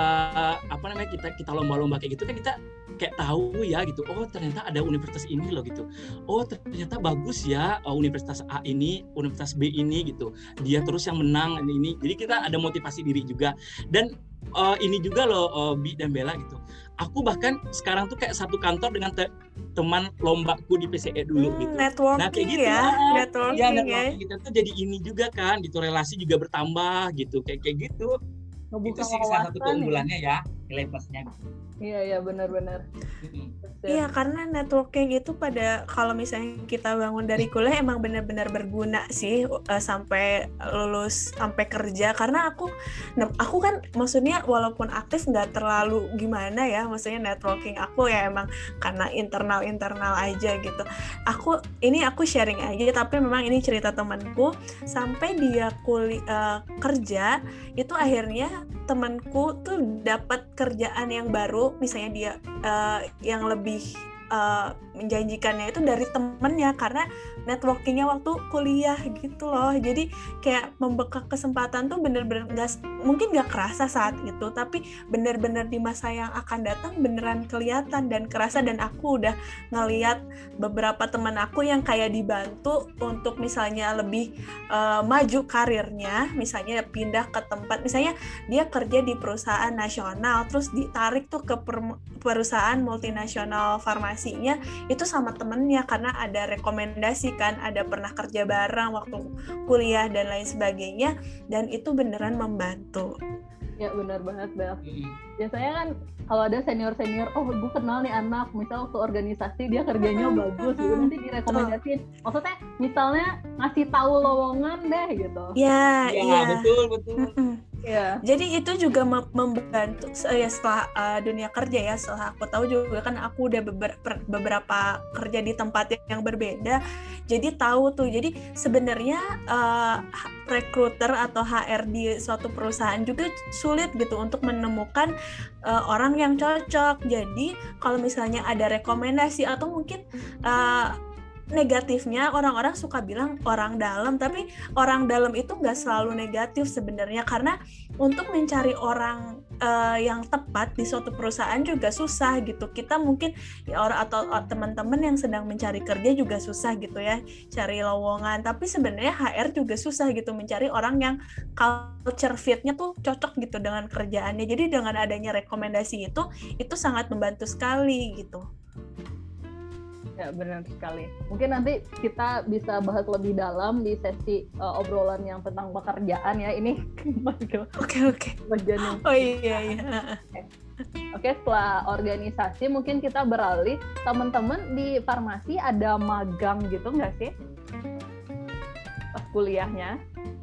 kita lomba-lomba kayak gitu kan kita kayak tahu ya gitu. Oh ternyata ada universitas ini loh gitu. Oh ternyata bagus ya universitas A ini, universitas B ini gitu. Dia terus yang menang ini. Jadi kita ada motivasi diri juga. Dan ini juga loh Bi dan Bella gitu. Aku bahkan sekarang tuh kayak satu kantor dengan teman lombaku di PCE dulu gitu. Networking Nah kayak gitu ya, networking kita tuh jadi ini juga kan gitu, relasi juga bertambah gitu kayak gitu. Ngebuka Itu sih salah satu wawasan keunggulannya ya, nilai plusnya. Iya benar-benar. Iya, karena networking itu kalau misalnya kita bangun dari kuliah emang benar-benar berguna sih sampai lulus, sampai kerja. Karena aku kan maksudnya walaupun aktif nggak terlalu gimana ya, maksudnya networking aku ya emang karena internal aja gitu. Aku sharing aja, tapi memang ini cerita temanku sampai dia kerja itu akhirnya temanku tuh dapat kerjaan yang baru, misalnya dia yang lebih menjanjikannya itu dari temennya karena networkingnya waktu kuliah gitu loh. Jadi kayak membekak kesempatan tuh bener-bener mungkin gak kerasa saat itu, tapi bener-bener di masa yang akan datang beneran kelihatan dan kerasa. Dan aku udah ngeliat beberapa teman aku yang kayak dibantu untuk misalnya lebih maju karirnya, misalnya pindah ke tempat, misalnya dia kerja di perusahaan nasional terus ditarik tuh ke perusahaan multinasional farmasinya itu sama temennya karena ada rekomendasi kan, ada pernah kerja bareng waktu kuliah dan lain sebagainya, dan itu beneran membantu. Ya benar banget Bel. Biasanya kan kalau ada senior, oh gue kenal nih anak, misal waktu organisasi dia kerjanya bagus gitu, nanti direkomendasiin. Maksudnya misalnya ngasih tahu lowongan deh gitu. Iya. Betul. Ya. Jadi itu juga membantu setelah dunia kerja ya. Setelah aku tahu juga kan aku udah beberapa kerja di tempat yang berbeda. Jadi tahu tuh. Jadi sebenarnya recruiter atau HR di suatu perusahaan juga sulit gitu untuk menemukan orang yang cocok. Jadi kalau misalnya ada rekomendasi atau mungkin negatifnya orang-orang suka bilang orang dalam, tapi orang dalam itu nggak selalu negatif sebenarnya, karena untuk mencari orang yang tepat di suatu perusahaan juga susah gitu. Kita mungkin ya orang atau teman-teman yang sedang mencari kerja juga susah gitu ya cari lowongan, tapi sebenarnya HR juga susah gitu mencari orang yang culture fit-nya tuh cocok gitu dengan kerjaannya. Jadi dengan adanya rekomendasi itu sangat membantu sekali gitu. Ya benar sekali. Mungkin nanti kita bisa bahas lebih dalam di sesi obrolan yang tentang pekerjaan ya. Ini Oke. bagian yang iya. Oke, setelah organisasi mungkin kita beralih. Teman-teman di farmasi ada magang gitu nggak sih pas kuliahnya?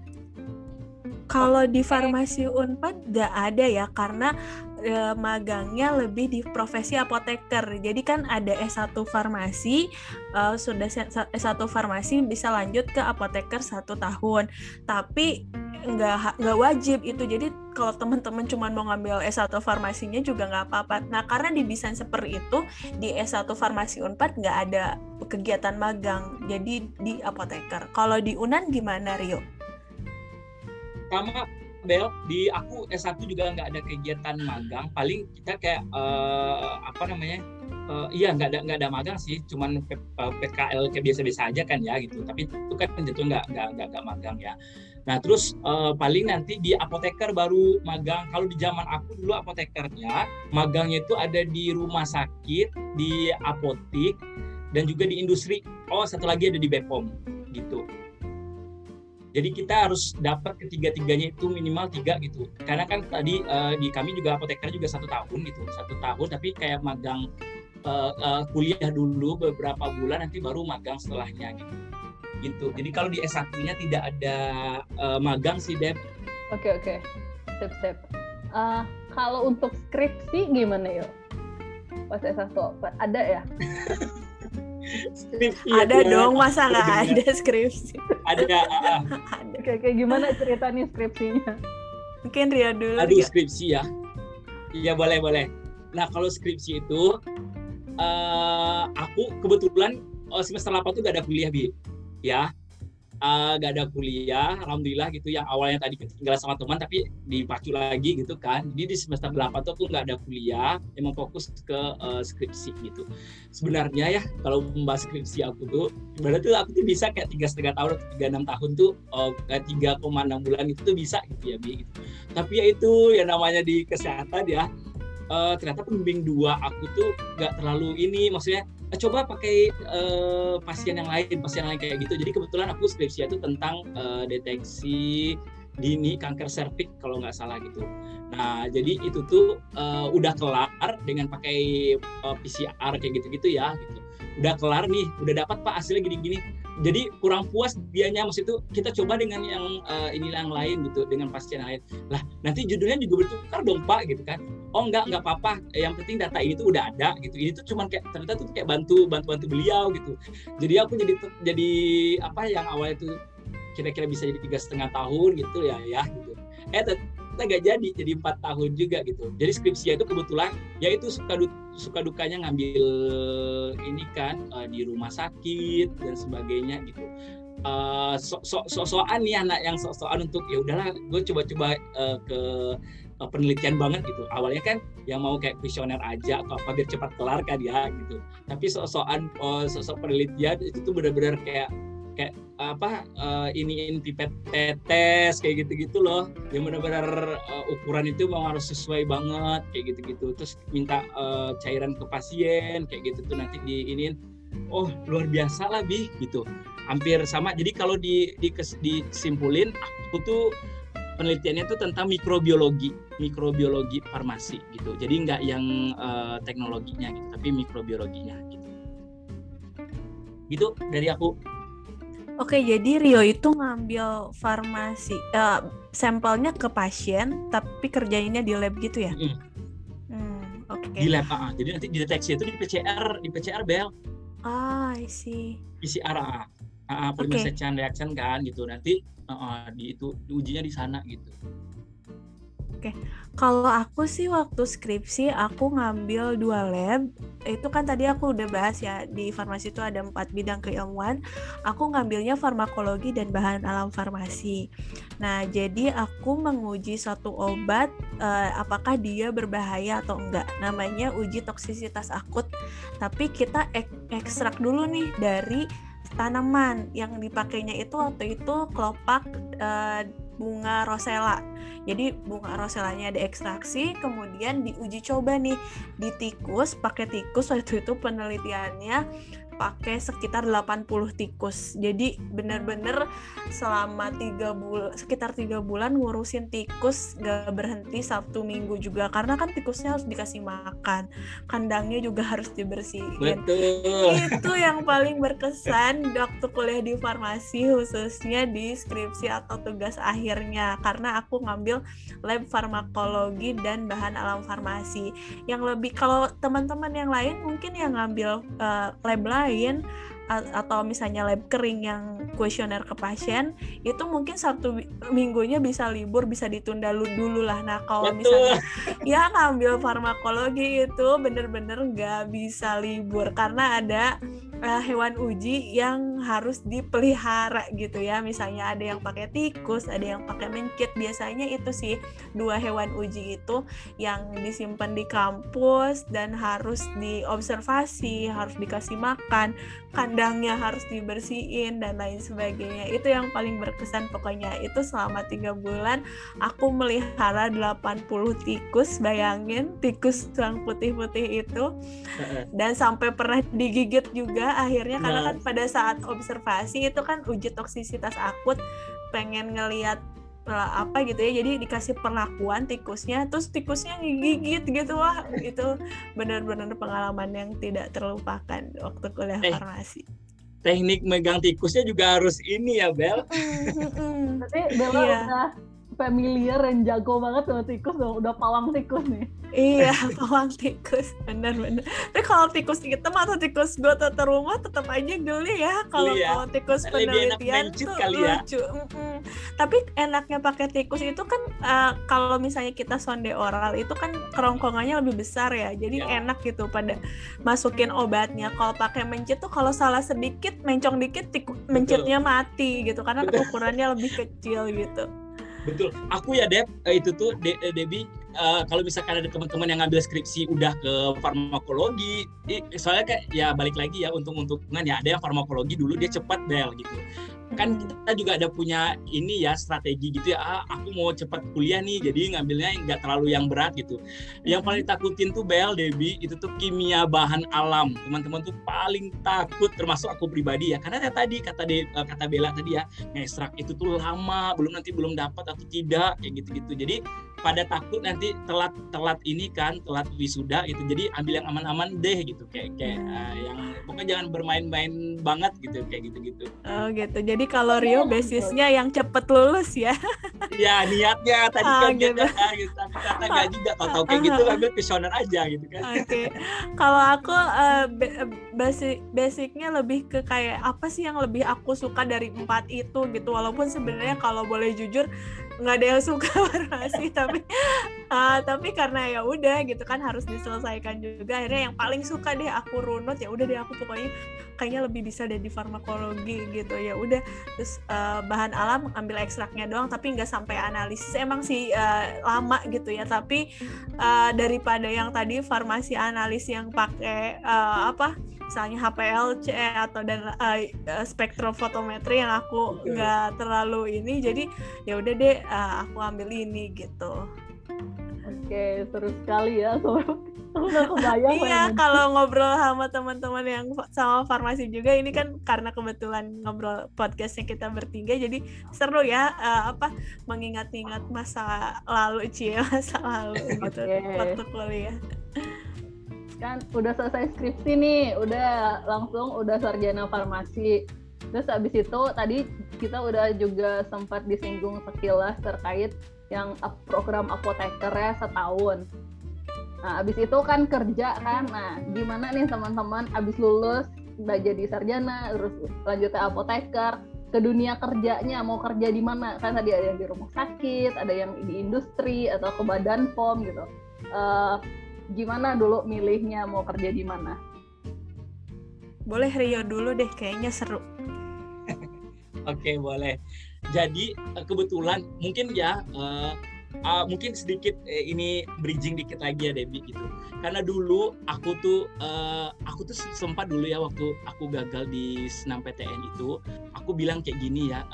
Kalau di farmasi Unpad nggak ada ya, karena magangnya lebih di profesi apoteker. Jadi kan ada S1 farmasi, sudah S1 farmasi bisa lanjut ke apoteker 1 tahun. Tapi nggak wajib itu. Jadi kalau teman-teman cuma mau ngambil S1 farmasinya juga nggak apa-apa. Nah, karena di desain seperti itu, di S1 farmasi Unpad nggak ada kegiatan magang. Jadi di apoteker. Kalau di Unan gimana, Rio? Sama Bel, di aku S1 juga nggak ada kegiatan magang, paling kita kayak nggak ada magang sih, cuman PKL kayak biasa-biasa aja kan ya gitu, tapi itu kan tentu nggak magang ya. Nah terus paling nanti di apoteker baru magang. Kalau di zaman aku dulu apotekernya magangnya itu ada di rumah sakit, di apotik, dan juga di industri. Satu lagi ada di Bepom gitu. Jadi kita harus dapat ketiga-tiganya itu minimal 3 gitu. Karena kan tadi di kami juga apoteker juga 1 tahun gitu. 1 tahun tapi kayak magang kuliah dulu beberapa bulan, nanti baru magang setelahnya gitu. Jadi kalau di S1-nya tidak ada magang sih, Deb. Oke. Sip. Kalau untuk skripsi gimana yuk? Pas S1 ada ya? Skripsi ada dong, masa nggak ada skripsi? Ada. Kayak gimana ceritanya skripsinya? Mungkin Ria dulu. Aduh, skripsi ya. Iya, boleh. Nah, kalau skripsi itu aku kebetulan semester 8 tuh gak ada kuliah, Bi. Ya. gak ada kuliah, alhamdulillah gitu. Yang awalnya tadi ketinggalan sama teman tapi dipacu lagi gitu kan. Jadi di semester 8 tuh aku gak ada kuliah, emang fokus ke skripsi gitu. Sebenarnya ya kalau membahas skripsi aku tuh, sebenarnya tuh aku tuh bisa kayak 3,5 tahun atau 36 tahun tuh, kayak 3,6 bulan itu tuh bisa gitu ya Bi. Gitu. Tapi ya itu ya namanya di kesehatan ya, ternyata pembimbing 2 aku tuh gak terlalu ini, maksudnya coba pakai pasien yang lain kayak gitu. Jadi kebetulan aku skripsi itu tentang deteksi dini kanker serviks kalau nggak salah gitu. Nah jadi itu tuh udah kelar dengan pakai PCR kayak gitu-gitu ya gitu. Udah kelar nih, udah dapat Pak hasilnya gini-gini. Jadi kurang puas dianya, maksud itu kita coba dengan yang yang lain gitu, dengan pasien lain. Lah nanti judulnya juga bertukar dong Pak gitu kan. Oh enggak apa-apa, yang penting data ini tuh udah ada gitu. Ini tuh cuman kayak ternyata tuh kayak bantu beliau gitu. Jadi aku jadi apa yang awalnya tuh kira-kira bisa jadi 3,5 tahun gitu ya gitu. Ternyata nggak jadi 4 tahun juga gitu. Jadi skripsi itu kebetulan ya itu suka dukanya ngambil ini kan di rumah sakit dan sebagainya gitu. Sosokan nih anak yang sosokan untuk ya udahlah gue coba-coba ke penelitian banget gitu. Awalnya kan yang mau kayak kuesioner aja atau apa biar cepat kelar kan ya gitu. Tapi sosok penelitian itu tuh benar-benar kayak iniin pipet tetes kayak gitu-gitu loh. Yang benar-benar ukuran itu memang harus sesuai banget kayak gitu-gitu. Terus minta cairan ke pasien kayak gitu tuh nanti diinin. Oh, luar biasa lah Bi gitu. Hampir sama. Jadi kalau disimpulin aku tuh penelitiannya itu tentang mikrobiologi farmasi gitu. Jadi nggak yang teknologinya gitu, tapi mikrobiologinya gitu. Gitu dari aku. Oke, jadi Rio itu ngambil farmasi, sampelnya ke pasien, tapi kerjainnya di lab gitu ya? Oke. Di lab, jadi nanti dideteksi itu di PCR Bel. I see. PCR, polymerase chain reaction kan gitu. Nanti diujinya di sana gitu. Oke, kalau aku sih waktu skripsi aku ngambil 2 lab. Itu kan tadi aku udah bahas ya, di farmasi itu ada 4 bidang keilmuan. Aku ngambilnya farmakologi dan bahan alam farmasi. Nah, jadi aku menguji suatu obat apakah dia berbahaya atau enggak. Namanya uji toksisitas akut. Tapi kita ekstrak dulu nih dari tanaman. Yang dipakainya itu waktu itu kelopak bunga rosella. Jadi bunga rosellanya diekstraksi, kemudian diuji coba nih di tikus, pakai tikus. Waktu itu penelitiannya pakai sekitar 80 tikus. Jadi benar-benar selama sekitar 3 bulan ngurusin tikus, gak berhenti Sabtu Minggu juga, karena kan tikusnya harus dikasih makan, kandangnya juga harus dibersihin. Betul. Itu yang paling berkesan waktu kuliah di farmasi, khususnya di skripsi atau tugas akhirnya, karena aku ngambil lab farmakologi dan bahan alam farmasi. Yang lebih, kalau teman-teman yang lain mungkin yang ngambil lab lain atau misalnya lab kering yang kuesioner ke pasien, itu mungkin Sabtu Minggunya bisa libur, bisa ditunda dulu lah. Nah kalau misalnya ya ngambil farmakologi itu bener-bener nggak bisa libur, karena ada hewan uji yang harus dipelihara gitu ya. Misalnya ada yang pakai tikus, ada yang pakai mencit. Biasanya itu sih 2 hewan uji itu yang disimpan di kampus dan harus diobservasi, harus dikasih makan, kandangnya harus dibersihin dan lain sebagainya. Itu yang paling berkesan pokoknya. Itu selama 3 bulan aku melihara 80 tikus. Bayangin, tikus yang putih-putih itu. Dan sampai pernah digigit juga akhirnya, karena kan pada saat observasi itu kan uji toksisitas akut, pengen ngelihat apa gitu ya, jadi dikasih perlakuan tikusnya, terus tikusnya ngigit gitu. Wah, itu benar-benar pengalaman yang tidak terlupakan waktu kuliah farmasi. Teknik megang tikusnya juga harus ini ya Bel. Tapi Bella udah familiar dan jago banget sama tikus dong, udah pawang tikus nih. Iya, pawang tikus, benar-benar. Tapi kalau tikus hitam atau tikus got atau rumah tetap aja geli ya. Kalau tikus penelitian tuh lucu. Tapi enaknya pakai tikus itu kan kalau misalnya kita sonde oral itu kan kerongkongannya lebih besar ya. Jadi enak gitu pada masukin obatnya. Kalau pakai mencit tuh kalau salah sedikit, mencong dikit, mencitnya mati gitu karena ukurannya lebih kecil gitu. Betul. Aku ya Deb, itu tuh Debbie, kalau misalkan ada teman-teman yang ngambil skripsi udah ke farmakologi, soalnya kayak ya balik lagi ya untung-untungan ya ada yang farmakologi dulu dia cepat Bel gitu. Kan kita juga ada punya ini ya strategi gitu ya, aku mau cepat kuliah nih jadi ngambilnya nggak terlalu yang berat gitu. Yang paling takutin tuh Bel, Debbie, itu tuh kimia bahan alam. Teman-teman tuh paling takut, termasuk aku pribadi ya, karena tadi kata Bella tadi ya, ngekstrak itu tuh lama, belum dapat atau tidak kayak gitu-gitu. Jadi pada takut nanti telat ini kan, telat wisuda gitu. Jadi ambil yang aman-aman deh gitu, kayak yang pokoknya jangan bermain-main banget gitu, kayak gitu-gitu. Oh gitu. Jadi kalau Rio basisnya yang cepet lulus ya? Ya niatnya tadi kan gitu. Ternyata nggak juga, tahu kayak gitu ambil kuesioner aja gitu kan. Oke. Kalau aku basicnya lebih ke kayak apa sih yang lebih aku suka dari 4 itu gitu. Walaupun sebenarnya kalau boleh jujur nggak ada yang suka farmasi tapi karena ya udah gitu kan harus diselesaikan juga, akhirnya yang paling suka deh aku runut, ya udah deh aku pokoknya kayaknya lebih bisa deh di farmakologi gitu. Ya udah terus bahan alam ambil ekstraknya doang tapi nggak sampai analisis, emang sih lama gitu ya, tapi daripada yang tadi farmasi analis yang pakai misalnya HPLC atau spektrofotometri yang aku nggak terlalu ini, jadi ya udah deh aku ambil ini gitu. Oke, seru sekali ya. Nggak kebayang. Iya, kalau ngobrol sama teman-teman yang sama farmasi juga, ini kan karena kebetulan ngobrol podcastnya kita bertiga, jadi seru ya mengingat-ingat masa lalu gitu waktu kuliah. Kan udah selesai skripsi nih, udah sarjana farmasi. Terus abis itu tadi kita udah juga sempat disinggung sekilas terkait yang program apoteker ya setahun. Nah abis itu kan kerja kan, nah gimana nih teman-teman abis lulus udah jadi sarjana, terus lanjutnya apoteker, ke dunia kerjanya mau kerja di mana? Kan tadi ada yang di rumah sakit, ada yang di industri atau ke badan POM gitu. Gimana dulu milihnya mau kerja di mana? Boleh Rio dulu deh, kayaknya seru. Oke, boleh. Jadi kebetulan mungkin ya mungkin sedikit ini bridging dikit lagi ya Debbie gitu. Karena dulu aku tuh sempat dulu ya waktu aku gagal di SNMPTN itu, aku bilang kayak gini ya,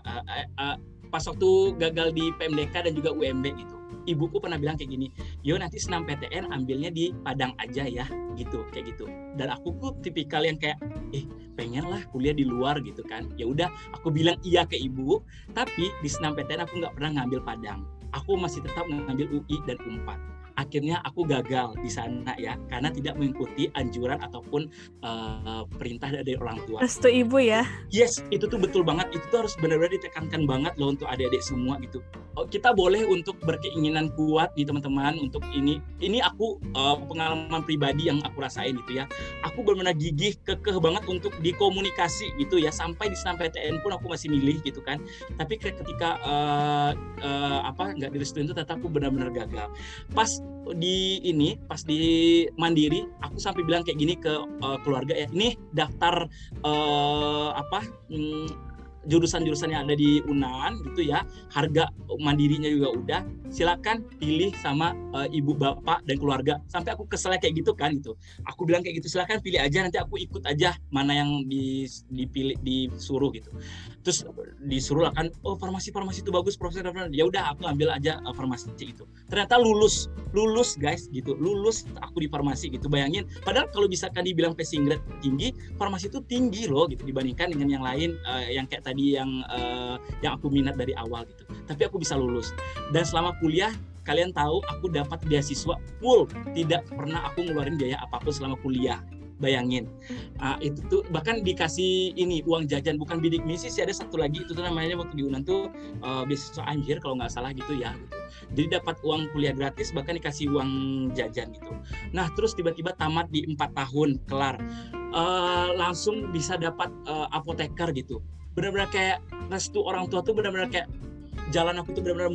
pas waktu gagal di PMDK dan juga UMB gitu. Ibuku pernah bilang kayak gini, yo nanti SNMPTN ambilnya di Padang aja ya, gitu, kayak gitu. Dan aku tuh tipikal yang kayak, pengen lah kuliah di luar gitu kan. Ya udah, aku bilang iya ke ibu, tapi di SNMPTN aku nggak pernah ngambil Padang. Aku masih tetap ngambil UI dan UNPAD. Akhirnya aku gagal di sana ya, karena tidak mengikuti anjuran ataupun perintah dari orang tua. Restu ibu ya? Yes, itu tuh betul banget. Itu tuh harus benar-benar ditekankan banget loh untuk adik-adik semua gitu. Kita boleh untuk berkeinginan kuat nih teman-teman untuk ini. Ini aku pengalaman pribadi yang aku rasain gitu ya. Aku benar-benar gigih, kekeh banget untuk dikomunikasi gitu ya. Sampai di SNMPTN pun aku masih milih gitu kan. Tapi ketika nggak direstuin itu tetap aku benar-benar gagal. Pas di Mandiri aku sampai bilang kayak gini ke keluarga ya, ini daftar jurusan-jurusan yang ada di UNAN gitu ya, harga mandirinya juga udah, silakan pilih sama ibu bapak dan keluarga. Sampai aku kesel kayak gitu kan gitu. Aku bilang kayak gitu, silakan pilih aja, nanti aku ikut aja mana yang dipilih, disuruh gitu. Terus disuruh lah kan, oh farmasi itu bagus profesor, ya udah aku ambil aja farmasi itu. Ternyata lulus guys gitu, lulus aku di farmasi gitu. Bayangin, padahal kalau misalkan dibilang passing grade tinggi, farmasi itu tinggi loh gitu dibandingkan dengan yang lain yang kayak tadi yang aku minat dari awal gitu. Tapi aku bisa lulus. Dan selama kuliah kalian tahu aku dapat beasiswa full, tidak pernah aku ngeluarin biaya apapun selama kuliah. Bayangin. Itu tuh bahkan dikasih ini uang jajan, bukan bidik misi sih, ada satu lagi itu tuh namanya waktu di Unan tuh beasiswa Anjir kalau nggak salah gitu ya gitu. Jadi dapat uang kuliah gratis, bahkan dikasih uang jajan gitu. Nah terus tiba-tiba tamat di 4 tahun kelar, langsung bisa dapat apoteker gitu. Benar-benar kayak restu orang tua tuh, benar-benar kayak jalan aku tuh benar-benar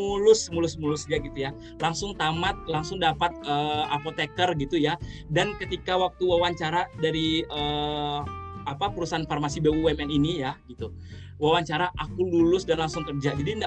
mulus ya gitu ya. Langsung tamat, langsung dapat apoteker gitu ya. Dan ketika waktu wawancara dari perusahaan farmasi BUMN ini ya gitu, wawancara aku lulus dan langsung kerja. Jadi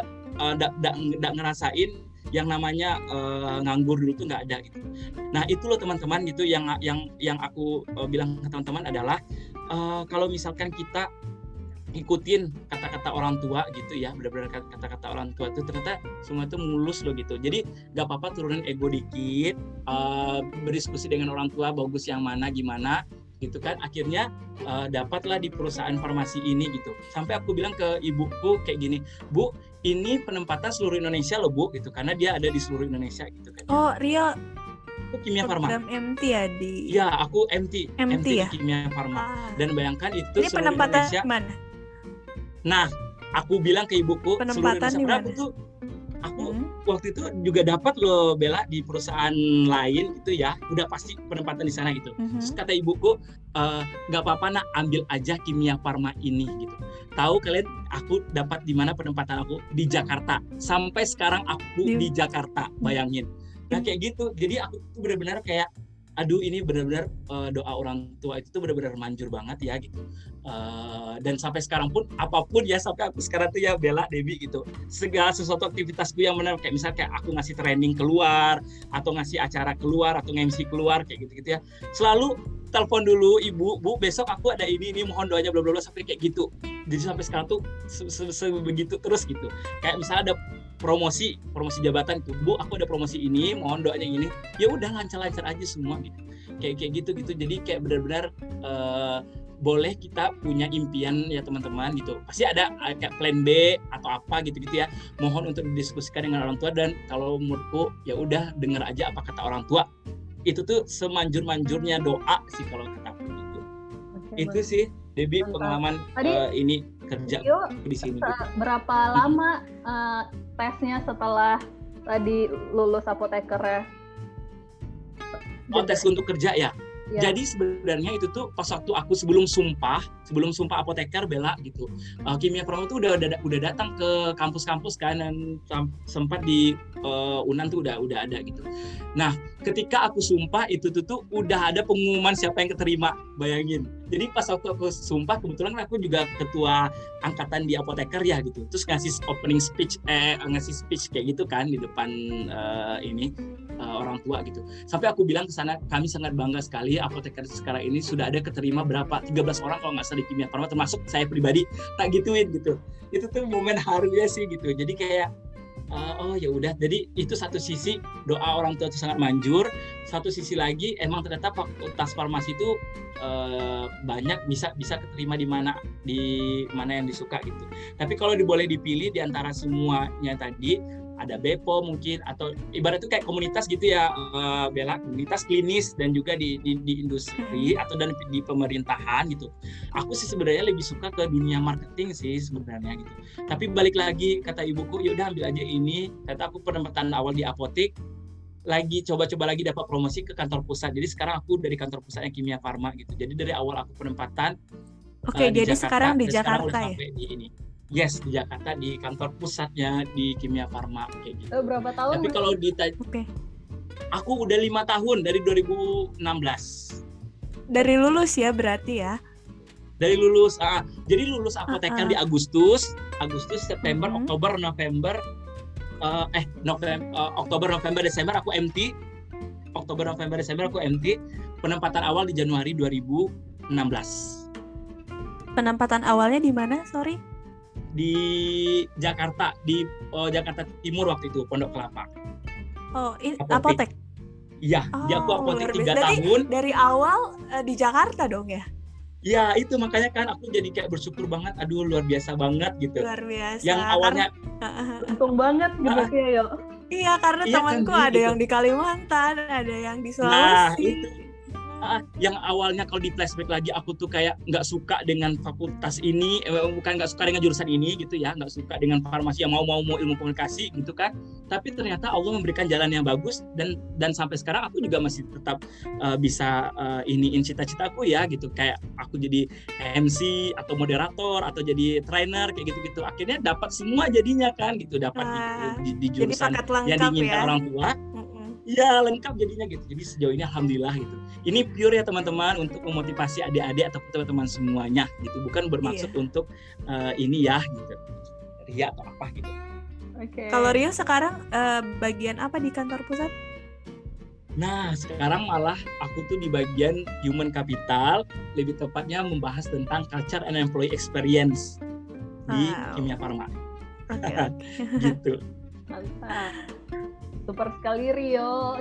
nggak ngerasain yang namanya nganggur dulu tuh nggak ada gitu. Nah itu loh teman-teman gitu yang aku bilang ke teman-teman adalah kalau misalkan kita ikutin kata-kata orang tua gitu ya, benar-benar kata-kata orang tua itu ternyata semua itu mulus loh gitu. Jadi nggak apa-apa turunin ego dikit, berdiskusi dengan orang tua bagus yang mana gimana gitu kan. Akhirnya dapatlah di perusahaan farmasi ini gitu. Sampai aku bilang ke ibuku kayak gini, Bu, ini penempatan seluruh Indonesia loh Bu gitu, karena dia ada di seluruh Indonesia gitu kan. Oh Rio, aku kimia farma. Program MT ya di? Ya aku MT ya? di kimia farma. Dan bayangkan itu ini seluruh penempatan Indonesia. Mana? Nah, aku bilang ke ibuku, penempatan di mana? Aku waktu itu juga dapat loh Bella di perusahaan lain gitu ya, udah pasti penempatan di sana gitu. Terus kata ibuku, nggak apa-apa nak, ambil aja kimia farma ini gitu. Tahu kalian aku dapat di mana penempatan aku? Di Jakarta. Sampai sekarang aku di Jakarta, bayangin. Nah kayak gitu. Jadi aku tuh benar-benar kayak, aduh ini benar-benar doa orang tua itu tuh benar-benar manjur banget ya gitu. Dan sampai sekarang pun apapun ya, sampai aku sekarang tuh ya Bella, Debbie gitu, segala sesuatu aktivitasku yang benar kayak misalnya kayak aku ngasih training keluar atau ngasih acara keluar atau nge-MC keluar kayak gitu-gitu ya, selalu telepon dulu ibu, Bu besok aku ada ini mohon doanya bla bla bla, sampai kayak gitu. Jadi sampai sekarang tuh begitu terus gitu. Kayak misalnya ada promosi jabatan itu, Bu aku ada promosi ini mohon doanya ini, ya udah lancar-lancar aja semua gitu. Kayak gitu. Jadi kayak benar-benar boleh kita punya impian ya teman-teman gitu. Pasti ada kayak plan B atau apa gitu-gitu ya. Mohon untuk didiskusikan dengan orang tua, dan kalau menurutku ya udah dengar aja apa kata orang tua. Itu tuh semanjur-manjurnya doa sih kalau kata aku gitu. Itu sih Debbie pengalaman ini kerja di sini. Berapa lama tesnya setelah tadi lulus apotekernya? Oh, tes untuk kerja ya? Ya. Jadi sebenarnya itu tuh pas waktu aku sebelum sumpah apoteker Bella gitu, kimia farma tuh udah datang ke kampus-kampus kan, dan sempat di Unan tuh udah ada gitu. Nah ketika aku sumpah itu tuh udah ada pengumuman siapa yang keterima, bayangin. Jadi pas waktu aku sumpah, kebetulan aku juga ketua angkatan di apoteker ya gitu, terus ngasih speech kayak gitu kan di depan orang tua gitu. Sampai aku bilang ke sana, kami sangat bangga sekali apoteker sekarang ini sudah ada keterima berapa 13 orang kalau nggak salah di kimia farma, termasuk saya pribadi, tak gituin gitu. Itu tuh momen harunya sih gitu. Jadi kayak oh ya udah. Jadi itu satu sisi doa orang tua itu sangat manjur, satu sisi lagi emang ternyata fakultas farmasi itu banyak bisa keterima di mana yang disuka gitu. Tapi kalau boleh dipilih di antara semuanya tadi, ada Bepo mungkin, atau ibarat itu kayak komunitas gitu ya Bella, komunitas klinis dan juga di industri atau dan di pemerintahan gitu. Aku sih sebenarnya lebih suka ke dunia marketing sih sebenarnya gitu. Tapi balik lagi kata ibuku, yaudah ambil aja ini. Kata aku penempatan awal di apotek, lagi coba-coba lagi dapat promosi ke kantor pusat. Jadi sekarang aku dari kantor pusatnya kimia farma gitu. Jadi dari awal aku penempatan jadi Jakarta, sekarang di Jakarta ya? Di ini. Yes, di Jakarta, di kantor pusatnya di kimia farma kayak gitu. Berapa tahun? Tapi kalau ditanya, aku udah 5 tahun dari 2016. Dari lulus ya berarti ya? Dari lulus, jadi lulus apoteker di Agustus, September, Oktober, November, Oktober, November, Desember aku MT. Oktober, November, Desember aku MT. Penempatan awal di Januari 2016. Penempatan awalnya di mana? Sorry? Di Jakarta, di Jakarta Timur waktu itu, Pondok Kelapa. Oh, apotek? Iya, aku apotek 3 tahun. Dari awal di Jakarta dong ya? Ya itu makanya kan aku jadi kayak bersyukur banget, aduh luar biasa banget gitu. Luar biasa. Yang awalnya untung banget gitu ya yo. Iya, karena temanku kan, ada gitu. yang di Kalimantan, ada yang di Sulawesi. Nah itu yang awalnya kalau di flashback lagi aku tuh kayak nggak suka dengan fakultas ini, bukan nggak suka dengan jurusan ini gitu ya, nggak suka dengan farmasi yang mau ilmu komunikasi gitu kan, tapi ternyata Allah memberikan jalan yang bagus dan sampai sekarang aku juga masih tetap bisa iniin cita-citaku ya gitu, kayak aku jadi MC atau moderator atau jadi trainer kayak gitu-gitu, akhirnya dapat semua jadinya kan gitu, dapat di jurusan yang diinginkan orang tua. Iya, lengkap jadinya gitu. Jadi sejauh ini alhamdulillah gitu. Ini pure ya teman-teman, untuk memotivasi adik-adik atau teman-teman semuanya gitu. Bukan bermaksud untuk ini ya gitu, ria atau apa gitu. Okay. Kalau Rio sekarang bagian apa di kantor pusat? Nah, sekarang malah aku tuh di bagian human capital, lebih tepatnya membahas tentang culture and employee experience di Kimia Farma. Okay. Gitu. Mantap. Super sekali Rio.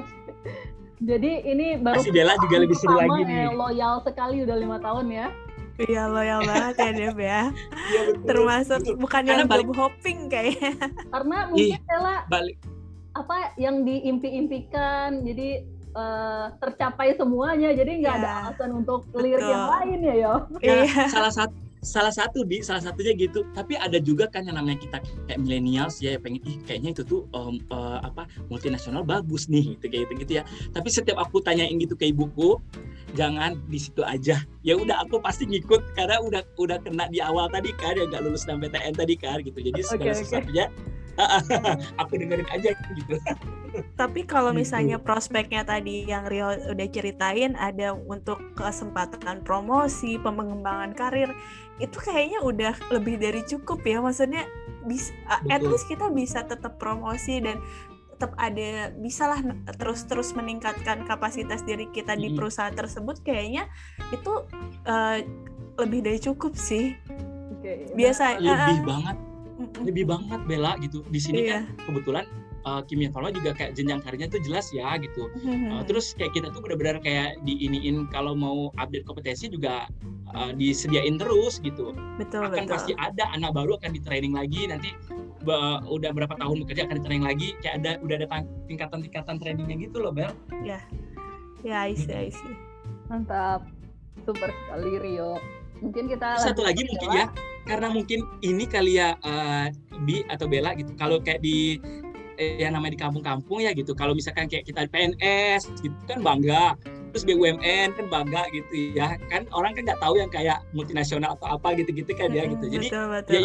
Jadi ini baru si Bella juga lebih seru lagi nih. Loyal sekali udah 5 tahun ya. Iya, loyal banget ya Dev ya. Iya, betul. Termasuk betul. Bukan yang job hopping kayaknya. Karena mungkin Bella apa yang diimpi-impikan jadi tercapai semuanya, jadi nggak ada alasan untuk lirik yang lain ya yo. Iya. Salah satunya gitu. Tapi ada juga kan yang namanya kita kayak millennials ya, pengen kayaknya itu tuh multinasional bagus nih gitu ya. Tapi setiap aku tanyain gitu ke ibuku, jangan di situ aja. Ya udah, aku pasti ngikut karena udah kena di awal tadi kan, ya nggak lulus PTN tadi kan gitu. Jadi segala sesuatunya aku dengerin aja gitu. Tapi kalau misalnya prospeknya tadi yang Rio udah ceritain, ada untuk kesempatan promosi, pengembangan karir, itu kayaknya udah lebih dari cukup ya. Maksudnya bisa, at least kita bisa tetap promosi dan tetap ada, bisalah terus meningkatkan kapasitas diri kita di perusahaan tersebut. Kayaknya itu lebih dari cukup sih. Biasa lebih banget Bella gitu. Di sini kan kebetulan Kimia Farma juga kayak jenjang karirnya tuh jelas ya gitu. Terus kayak kita tuh benar-benar kayak diiniin kalau mau update kompetensi juga disediain terus gitu. Betul. Pasti ada anak baru akan di training lagi, nanti udah berapa tahun bekerja akan di training lagi, kayak udah ada tingkatan trainingnya gitu loh Bel. Ya, I see. Mantap, super sekali Rio. Mungkin kita satu lagi mungkin ya, karena mungkin ini kali ya Bi atau Bella gitu. Kalau kayak di yang namanya di kampung-kampung ya gitu, kalau misalkan kayak kita PNS gitu kan bangga, terus BUMN kan bangga gitu ya kan, orang kan nggak tahu yang kayak multinasional atau apa gitu kan ya gitu. Jadi betul. Ya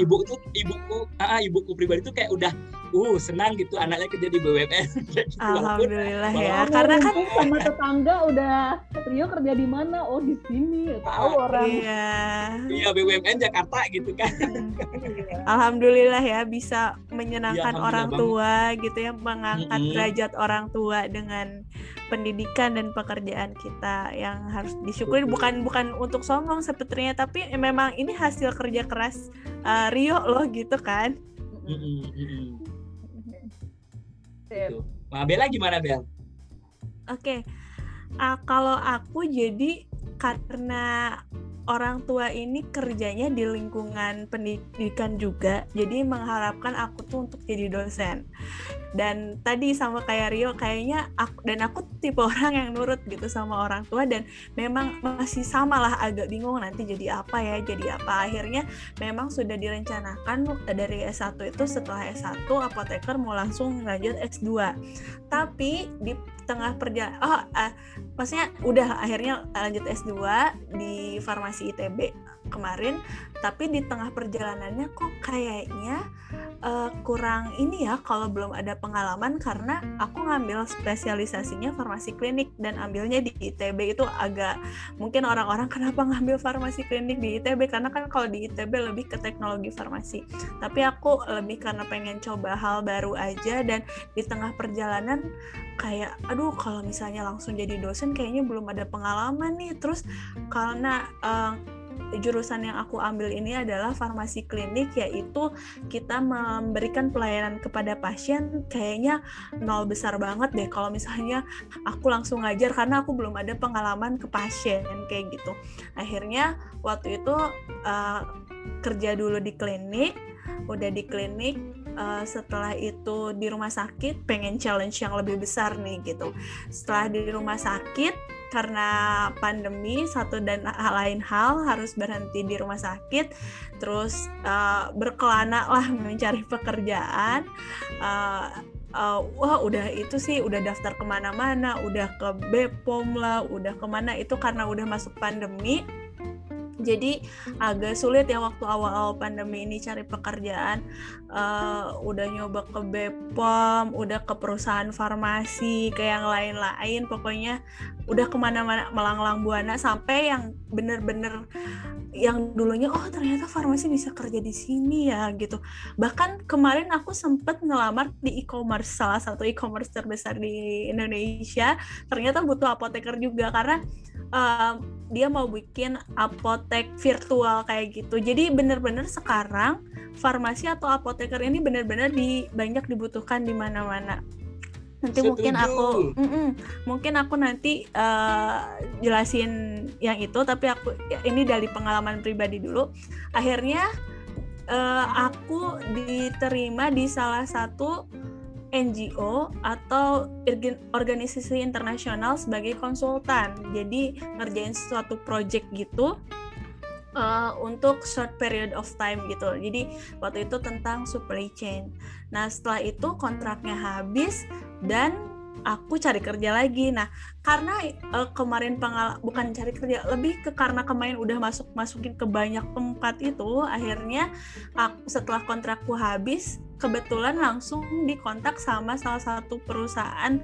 ibuku pribadi tuh kayak udah senang gitu anaknya kerja di BUMN gitu. Alhamdulillah ya, karena kan sama tetangga udah Rio kerja di mana, di sini tahu orang. Iya BUMN Jakarta gitu kan. Alhamdulillah ya, bisa menyenangkan orang tua gitu ya, mengangkat derajat orang tua dengan pendidikan dan pekerjaan kita yang harus disyukuri. Bukan untuk sombong sebetulnya, tapi memang ini hasil kerja keras Rio loh gitu kan. Nah, Bella gimana Bel? Oke. Kalau aku jadi karena orang tua ini kerjanya di lingkungan pendidikan juga, jadi mengharapkan aku tuh untuk jadi dosen. Dan tadi sama kayak Rio, kayaknya aku tipe orang yang nurut gitu sama orang tua, dan memang masih sama lah, agak bingung nanti jadi apa. Akhirnya memang sudah direncanakan dari S1 itu, setelah S1 apoteker mau langsung lanjut S2. Tapi di tengah perjalanan, maksudnya udah akhirnya lanjut S2 di farmasi ITB kemarin, tapi di tengah perjalanannya kok kayaknya kurang ini ya kalau belum ada pengalaman, karena aku ngambil spesialisasinya farmasi klinik dan ambilnya di ITB. Itu agak, mungkin orang-orang kenapa ngambil farmasi klinik di ITB, karena kan kalau di ITB lebih ke teknologi farmasi, tapi aku lebih karena pengen coba hal baru aja. Dan di tengah perjalanan kayak kalau misalnya langsung jadi dosen kayaknya belum ada pengalaman nih. Terus karena jurusan yang aku ambil ini adalah farmasi klinik, yaitu kita memberikan pelayanan kepada pasien, kayaknya nol besar banget deh kalau misalnya aku langsung ngajar, karena aku belum ada pengalaman ke pasien kayak gitu. Akhirnya waktu itu kerja dulu di klinik, udah di klinik, setelah itu di rumah sakit, pengen challenge yang lebih besar nih gitu. Setelah di rumah sakit karena pandemi satu dan lain hal harus berhenti di rumah sakit, terus berkelana lah mencari pekerjaan. Wah udah itu sih udah daftar kemana-mana, udah ke BPOM lah, udah kemana, itu karena udah masuk pandemi. Jadi agak sulit ya waktu awal-awal pandemi ini cari pekerjaan. Udah nyoba ke BPOM, udah ke perusahaan farmasi, ke yang lain-lain, pokoknya udah kemana-mana melanglang buana, sampai yang bener-bener yang dulunya oh ternyata farmasi bisa kerja di sini ya gitu. Bahkan kemarin aku sempet ngelamar di e-commerce, salah satu e-commerce terbesar di Indonesia, ternyata butuh apoteker juga karena dia mau bikin apotek virtual kayak gitu. Jadi benar-benar sekarang farmasi atau apoteker ini benar-benar banyak dibutuhkan di mana-mana. Nanti mungkin aku nanti jelasin yang itu, tapi ini dari pengalaman pribadi dulu. Akhirnya aku diterima di salah satu NGO atau organisasi internasional sebagai konsultan. Jadi ngerjain suatu project gitu untuk short period of time gitu. Jadi waktu itu tentang supply chain. Nah setelah itu kontraknya habis dan aku cari kerja lagi. Nah karena kemarin bukan cari kerja, lebih ke karena kemarin udah masukin ke banyak tempat itu, akhirnya setelah kontrakku habis kebetulan langsung dikontak sama salah satu perusahaan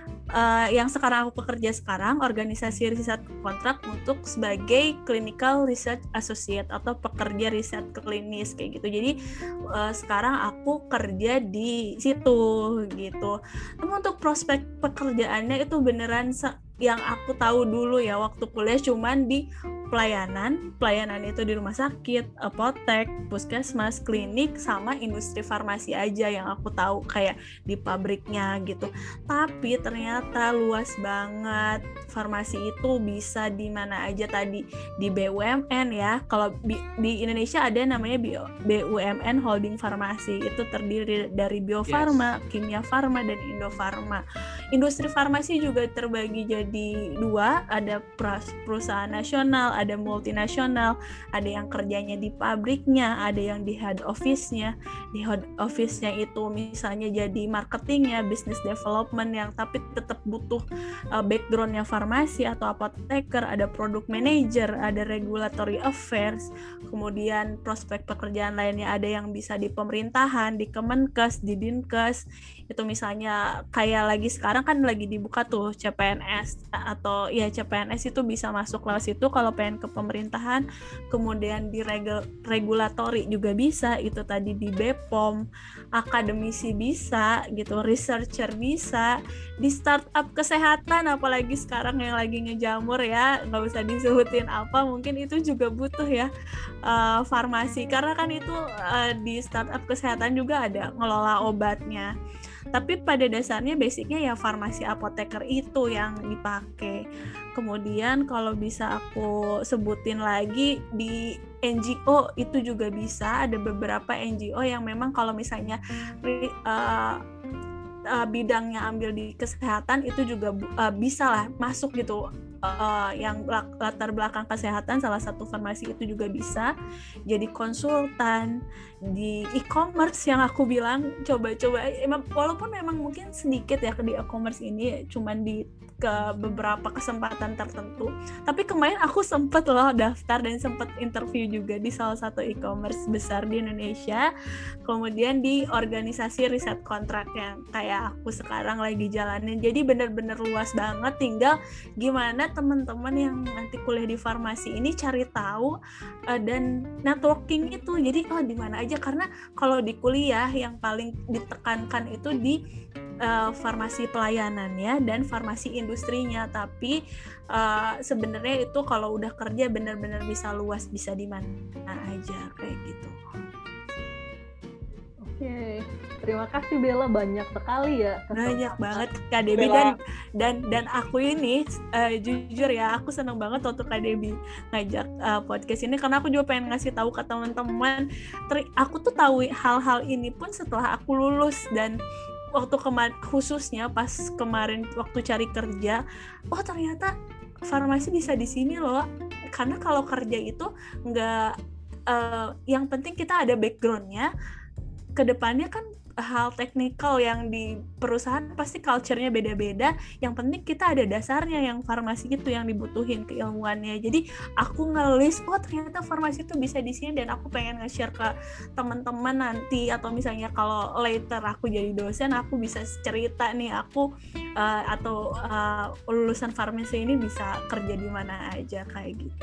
yang sekarang aku bekerja sekarang, organisasi riset kontrak untuk sebagai clinical research associate atau pekerja riset klinis kayak gitu. Jadi sekarang aku kerja di situ gitu. Tapi untuk prospek pekerjaannya itu beneran yang aku tahu dulu ya waktu kuliah cuman di pelayanan itu di rumah sakit, apotek, puskesmas, klinik, sama industri farmasi aja yang aku tahu kayak di pabriknya gitu. Tapi ternyata luas banget. Farmasi itu bisa di mana aja tadi, di BUMN ya. Kalau di Indonesia ada namanya BUMN Holding Farmasi. Itu terdiri dari Bio Farma, Kimia Farma, dan Indofarma. Industri farmasi juga terbagi jadi dua, ada perusahaan nasional, ada multinasional, ada yang kerjanya di pabriknya, ada yang di head office-nya. Di head office-nya itu misalnya jadi marketingnya, business development yang tapi tetap butuh background-nya farmasi atau apoteker, ada product manager, ada regulatory affairs, kemudian prospek pekerjaan lainnya ada yang bisa di pemerintahan, di Kemenkes, di Dinkes. Itu misalnya kayak lagi sekarang kan lagi dibuka tuh CPNS atau ya CPNS itu bisa masuk lewat situ kalau pengen ke pemerintahan. Kemudian di regulatory juga bisa, itu tadi di BPOM, akademisi bisa gitu, researcher bisa, di startup kesehatan apalagi sekarang yang lagi ngejamur ya, nggak usah disebutin apa, mungkin itu juga butuh ya farmasi karena kan itu di startup kesehatan juga ada ngelola obatnya. Tapi pada dasarnya basicnya ya farmasi apoteker itu yang dipakai. Kemudian kalau bisa aku sebutin lagi di NGO itu juga bisa, ada beberapa NGO yang memang kalau misalnya bidangnya ambil di kesehatan itu juga bisa lah masuk gitu. Yang latar belakang kesehatan, salah satu farmasi itu juga bisa jadi konsultan. Di e-commerce yang aku bilang coba-coba, walaupun memang mungkin sedikit ya di e-commerce ini, cuman di ke beberapa kesempatan tertentu, tapi kemarin aku sempet loh daftar dan sempet interview juga di salah satu e-commerce besar di Indonesia, kemudian di organisasi riset kontrak yang kayak aku sekarang lagi jalanin. Jadi bener-bener luas banget, tinggal gimana teman-teman yang nanti kuliah di farmasi ini cari tahu dan networking itu. Jadi di mana aja, karena kalau di kuliah yang paling ditekankan itu di farmasi pelayanannya dan farmasi industrinya, tapi sebenarnya itu kalau udah kerja benar-benar bisa luas, bisa di mana aja kayak gitu. Oke, terima kasih Bella, banyak sekali ya. Banyak banget Kak Debbie, dan aku ini jujur ya, aku seneng banget waktu Kak Debbie ngajak podcast ini, karena aku juga pengen ngasih tahu ke teman-teman. Aku tuh tahu hal-hal ini pun setelah aku lulus, dan waktu khususnya pas kemarin waktu cari kerja, ternyata farmasi bisa di sini loh. Karena kalau kerja itu nggak, yang penting kita ada background-nya. Kedepannya kan hal teknikal yang di perusahaan pasti culture-nya beda-beda. Yang penting kita ada dasarnya, yang farmasi itu yang dibutuhin keilmuannya. Jadi aku ngelis, oh ternyata farmasi itu bisa di sini, dan aku pengen nge-share ke teman-teman nanti, atau misalnya kalau later aku jadi dosen, aku bisa cerita nih aku lulusan farmasi ini bisa kerja di mana aja kayak gitu.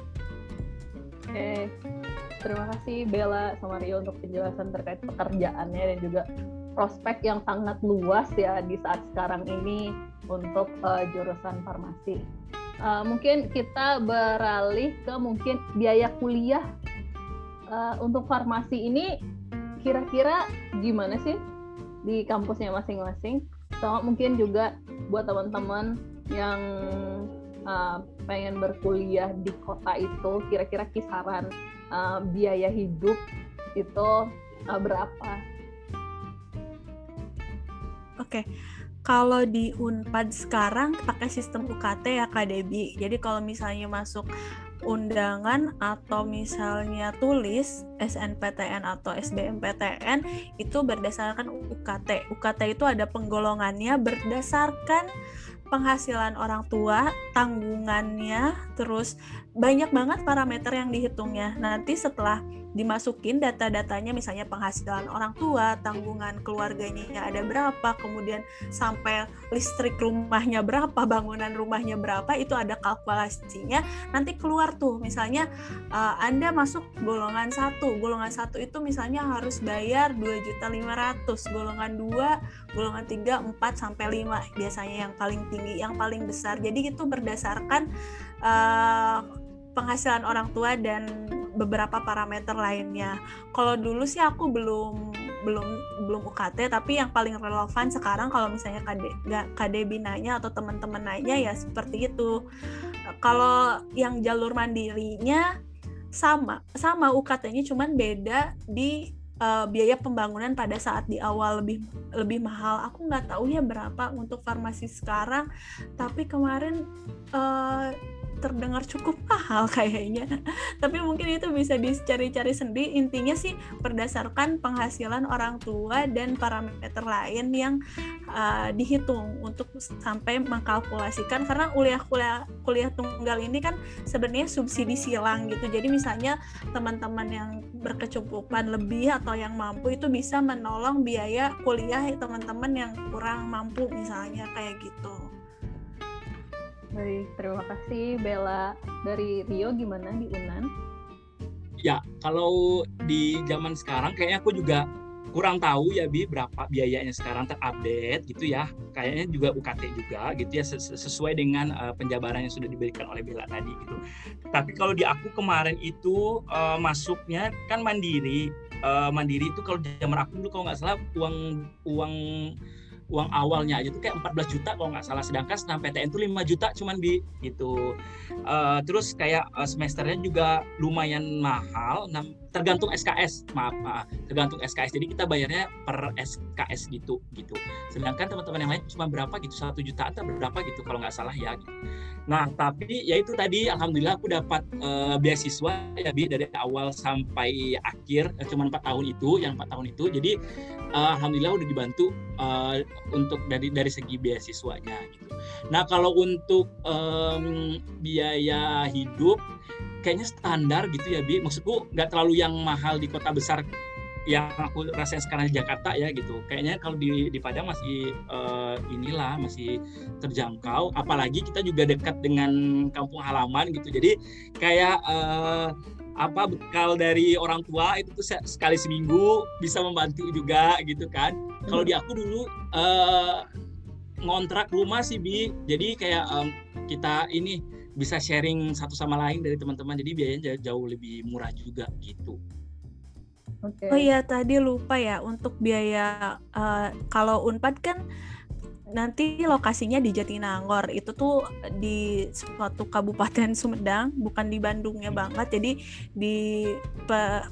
Oke. Terima kasih Bella sama Rio untuk penjelasan terkait pekerjaannya dan juga prospek yang sangat luas ya di saat sekarang ini untuk jurusan farmasi. Mungkin kita beralih ke mungkin biaya kuliah untuk farmasi ini kira-kira gimana sih di kampusnya masing-masing? Sama mungkin juga buat teman-teman yang pengen berkuliah di kota itu, kira-kira kisaran biaya hidup itu berapa? Oke. Kalau di Unpad sekarang pakai sistem UKT ya Kak Debbie. Jadi kalau misalnya masuk undangan atau misalnya tulis SNPTN atau SBMPTN itu berdasarkan UKT. UKT itu ada penggolongannya berdasarkan penghasilan orang tua, tanggungannya, terus banyak banget parameter yang dihitungnya. Nanti setelah dimasukin data-datanya, misalnya penghasilan orang tua, tanggungan keluarganya ada berapa, kemudian sampai listrik rumahnya berapa, bangunan rumahnya berapa, itu ada kalkulasinya. Nanti keluar tuh, misalnya Anda masuk golongan 1. Golongan 1 itu misalnya harus bayar 2.500.000, golongan 2, golongan 3, 4 sampai 5 biasanya yang paling tinggi, yang paling besar. Jadi itu berdasarkan penghasilan orang tua dan beberapa parameter lainnya. Kalau dulu sih aku belum UKT, tapi yang paling relevan sekarang kalau misalnya KDB nanya atau teman-teman nanya ya seperti itu. Kalau yang jalur mandirinya sama UKT-nya, cuman beda di biaya pembangunan pada saat di awal lebih mahal. Aku nggak tahu ya berapa untuk farmasi sekarang, tapi kemarin terdengar cukup mahal kayaknya. Tapi mungkin itu bisa dicari-cari sendiri. Intinya sih berdasarkan penghasilan orang tua dan parameter lain yang dihitung untuk sampai mengkalkulasikan, karena kuliah tunggal ini kan sebenarnya subsidi silang gitu. Jadi misalnya teman-teman yang berkecukupan lebih atau yang mampu itu bisa menolong biaya kuliah teman-teman yang kurang mampu misalnya kayak gitu. Baik, terima kasih Bella. Dari Rio gimana di UNAN? Ya, kalau di zaman sekarang kayaknya aku juga kurang tahu ya Bi berapa biayanya sekarang terupdate gitu ya. Kayaknya juga UKT juga gitu ya, sesuai dengan penjabaran yang sudah diberikan oleh Bella tadi gitu. Tapi kalau di aku kemarin itu masuknya kan mandiri. Mandiri itu kalau zaman aku dulu kalau nggak salah uang awalnya aja tuh kayak 14 juta kalau nggak salah, sedangkan SNMPTN tuh 5 juta cuman Bi gitu. Terus kayak semesternya juga lumayan mahal, tergantung SKS, tergantung SKS, jadi kita bayarnya per SKS gitu. Sedangkan teman-teman yang lain cuma berapa gitu, 1 juta atau berapa gitu kalau nggak salah ya gitu. Nah tapi ya itu tadi alhamdulillah aku dapat beasiswa ya Bi dari awal sampai akhir, cuma 4 tahun itu, jadi alhamdulillah udah dibantu untuk dari segi beasiswanya gitu. Nah kalau untuk biaya hidup kayaknya standar gitu ya Bi, maksudku nggak terlalu yang mahal di kota besar yang aku rasain sekarang di Jakarta ya gitu. Kayaknya kalau di Padang masih masih terjangkau, apalagi kita juga dekat dengan kampung halaman gitu. Jadi kayak bekal dari orang tua itu tuh sekali seminggu bisa membantu juga gitu kan. Kalau di aku dulu ngontrak rumah sih Bi, jadi kayak kita ini bisa sharing satu sama lain dari teman-teman, jadi biayanya jauh lebih murah juga gitu. Okay. Oh iya tadi lupa ya untuk biaya kalau Unpad kan nanti lokasinya di Jatinangor, itu tuh di suatu kabupaten Sumedang, bukan di Bandungnya banget. Jadi di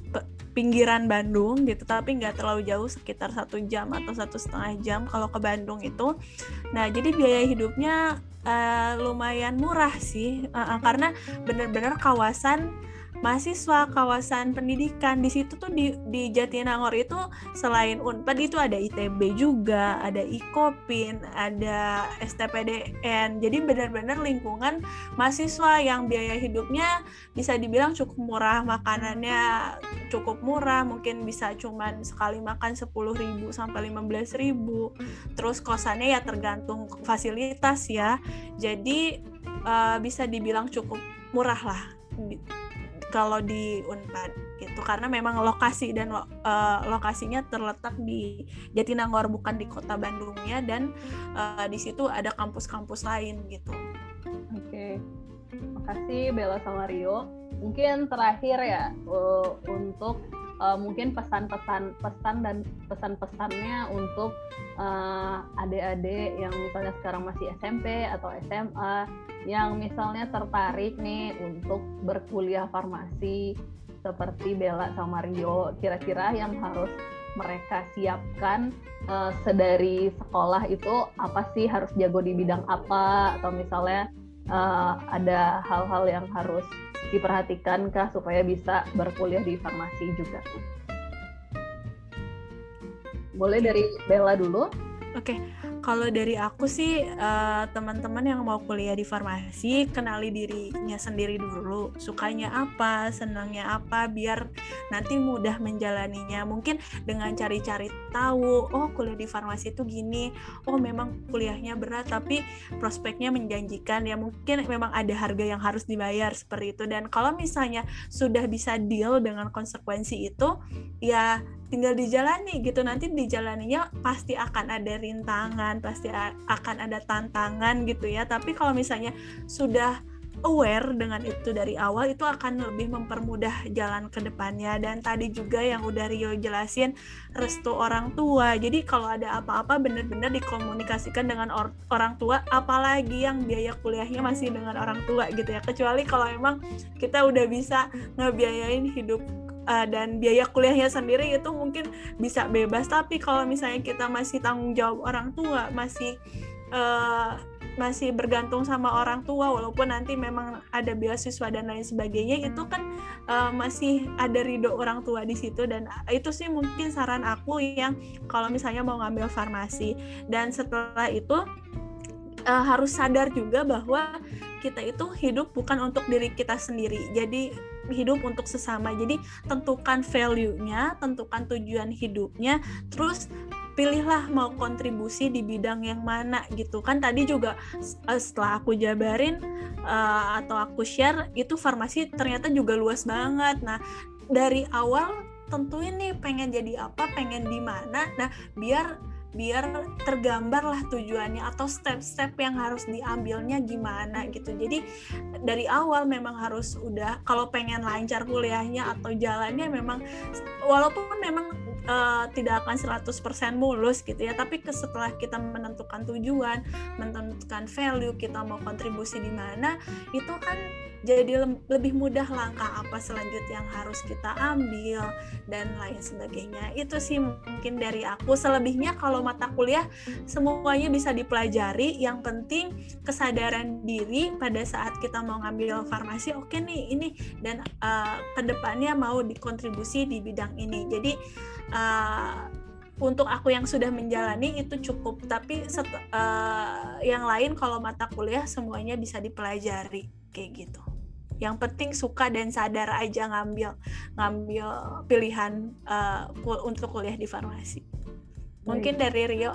pinggiran Bandung gitu, tapi nggak terlalu jauh, sekitar 1 jam atau 1,5 jam kalau ke Bandung itu. Nah, jadi biaya hidupnya lumayan murah sih, karena benar-benar kawasan mahasiswa, kawasan pendidikan. Di situ tuh di Jatinangor itu selain Unpad itu ada ITB juga, ada IKOPIN, ada STPDN. Jadi benar-benar lingkungan mahasiswa yang biaya hidupnya bisa dibilang cukup murah, makanannya cukup murah, mungkin bisa cuman sekali makan 10.000 sampai 15.000. Terus kosannya ya tergantung fasilitas ya. Jadi bisa dibilang cukup murah lah kalau di Unpad gitu, karena memang lokasi dan lokasinya terletak di Jatinangor, bukan di kota Bandungnya, dan di situ ada kampus-kampus lain gitu. Oke. Makasih Bella sama Rio. Mungkin terakhir ya untuk mungkin pesan dan pesan-pesannya untuk adik-adik yang misalnya sekarang masih SMP atau SMA yang misalnya tertarik nih untuk berkuliah farmasi seperti Bella sama Rio, kira-kira yang harus mereka siapkan sedari sekolah itu apa sih, harus jago di bidang apa, atau misalnya ada hal-hal yang harus diperhatikan kah supaya bisa berkuliah di farmasi juga? Boleh dari Bella dulu? Oke. Kalau dari aku sih, teman-teman yang mau kuliah di farmasi, kenali dirinya sendiri dulu. Sukanya apa, senangnya apa, biar nanti mudah menjalaninya. Mungkin dengan cari-cari tahu, oh kuliah di farmasi itu gini, oh memang kuliahnya berat, tapi prospeknya menjanjikan. Ya mungkin memang ada harga yang harus dibayar seperti itu. Dan kalau misalnya sudah bisa deal dengan konsekuensi itu, ya tinggal dijalani gitu. Nanti dijalaninya pasti akan ada rintangan, pasti akan ada tantangan gitu ya. Tapi kalau misalnya sudah aware dengan itu dari awal, itu akan lebih mempermudah jalan ke depannya. Dan tadi juga yang udah Rio jelasin, restu orang tua. Jadi kalau ada apa-apa benar-benar dikomunikasikan dengan orang tua, apalagi yang biaya kuliahnya masih dengan orang tua gitu ya. Kecuali kalau memang kita udah bisa ngebiayain hidup dan biaya kuliahnya sendiri, itu mungkin bisa bebas. Tapi kalau misalnya kita masih tanggung jawab orang tua, masih bergantung sama orang tua, walaupun nanti memang ada beasiswa dan lain sebagainya, itu kan masih ada ridho orang tua di situ. Dan itu sih mungkin saran aku yang kalau misalnya mau ngambil farmasi. Dan setelah itu harus sadar juga bahwa kita itu hidup bukan untuk diri kita sendiri, jadi hidup untuk sesama. Jadi tentukan value-nya, tentukan tujuan hidupnya, terus pilihlah mau kontribusi di bidang yang mana gitu kan. Tadi juga setelah aku jabarin atau aku share, itu farmasi ternyata juga luas banget. Nah, dari awal tentuin nih pengen jadi apa, pengen di mana. Nah, biar tergambar lah tujuannya atau step-step yang harus diambilnya gimana gitu. Jadi dari awal memang harus udah, kalau pengen lancar kuliahnya atau jalannya, memang walaupun memang tidak akan 100% mulus gitu ya, tapi setelah kita menentukan tujuan, menentukan value, kita mau kontribusi di mana, itu kan jadi lebih mudah langkah apa selanjutnya yang harus kita ambil dan lain sebagainya. Itu sih mungkin dari aku. Selebihnya kalau mata kuliah semuanya bisa dipelajari, yang penting kesadaran diri pada saat kita mau ngambil farmasi, oke nih ini, dan kedepannya mau dikontribusi di bidang ini. Jadi untuk aku yang sudah menjalani itu cukup, tapi yang lain kalau mata kuliah semuanya bisa dipelajari kayak gitu. Yang penting suka dan sadar aja ngambil pilihan untuk kuliah di farmasi. Mungkin dari Rio.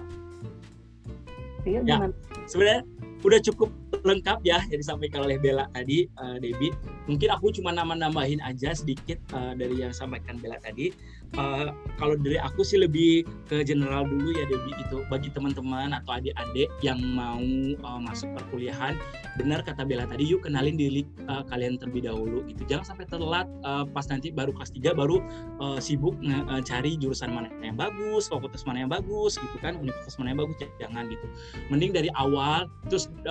Rio ya, gimana? Sebenarnya udah cukup lengkap ya yang disampaikan oleh Bella tadi, Debbie. Mungkin aku cuma nambahin aja sedikit dari yang disampaikan Bella tadi. Kalau dari aku sih lebih ke general dulu ya, Debbie. Itu bagi teman-teman atau adik-adik yang mau masuk perkuliahan, benar kata Bella tadi, yuk kenalin diri kalian terlebih dahulu gitu. Jangan sampai telat pas nanti baru kelas 3 baru sibuk cari jurusan mana yang bagus, fakultas mana yang bagus gitu kan, universitas mana yang bagus. Jangan gitu. Mending dari awal terus diskusi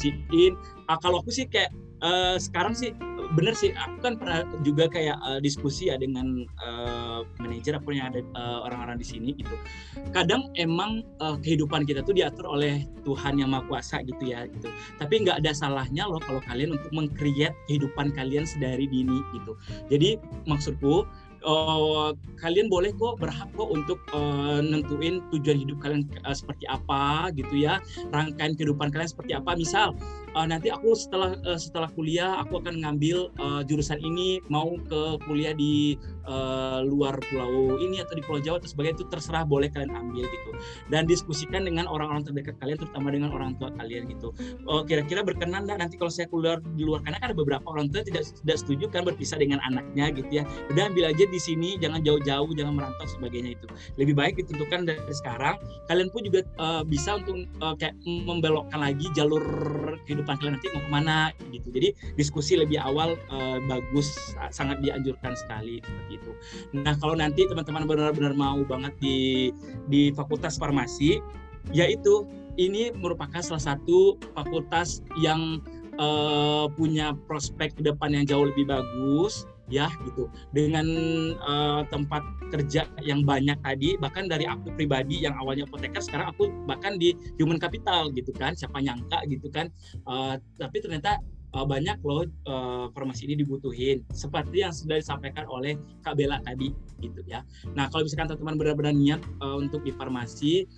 diskusiin. Kalau aku sih kayak sekarang sih bener sih, aku kan pernah juga kayak diskusi ya dengan manajer apa yang ada orang-orang di sini gitu. Kadang emang kehidupan kita tuh diatur oleh Tuhan yang Maha Kuasa gitu ya gitu. Tapi nggak ada salahnya loh kalau kalian untuk meng-create kehidupan kalian sedari dini gitu. Jadi maksudku kalian boleh kok, berhak kok untuk nentuin tujuan hidup kalian seperti apa gitu ya, rangkaian kehidupan kalian seperti apa. Misal nanti aku setelah kuliah aku akan ngambil jurusan ini, mau ke kuliah di luar pulau ini atau di Pulau Jawa atau sebagainya, itu terserah, boleh kalian ambil gitu. Dan diskusikan dengan orang-orang terdekat kalian, terutama dengan orang tua kalian gitu. Kira-kira berkenan nggak nanti kalau saya keluar di luar, karena kan ada beberapa orang tua tidak setuju kan berpisah dengan anaknya gitu ya. Udah ambil aja di sini, jangan jauh-jauh, jangan merantau sebagainya. Itu lebih baik ditentukan dari sekarang. Kalian pun juga bisa untuk kayak membelokkan lagi jalur kehidupan kalian nanti mau kemana gitu. Jadi diskusi lebih awal bagus, sangat dianjurkan sekali seperti itu. Nah kalau nanti teman-teman benar-benar mau banget di Fakultas Farmasi, yaitu ini merupakan salah satu fakultas yang punya prospek ke depan yang jauh lebih bagus ya gitu, dengan tempat kerja yang banyak tadi. Bahkan dari aku pribadi yang awalnya apoteker, sekarang aku bahkan di human capital gitu kan, siapa nyangka gitu kan. Tapi ternyata banyak loh farmasi ini dibutuhin, seperti yang sudah disampaikan oleh Kak Bella tadi gitu ya. Nah kalau misalkan teman-teman benar-benar niat untuk di farmasi,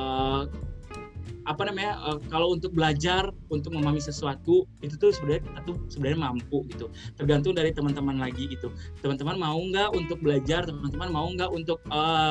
kalau untuk belajar, untuk memahami sesuatu itu tuh sebenarnya kita tuh sebenarnya mampu gitu. Tergantung dari teman-teman lagi gitu. Teman-teman mau nggak untuk belajar, teman-teman mau nggak untuk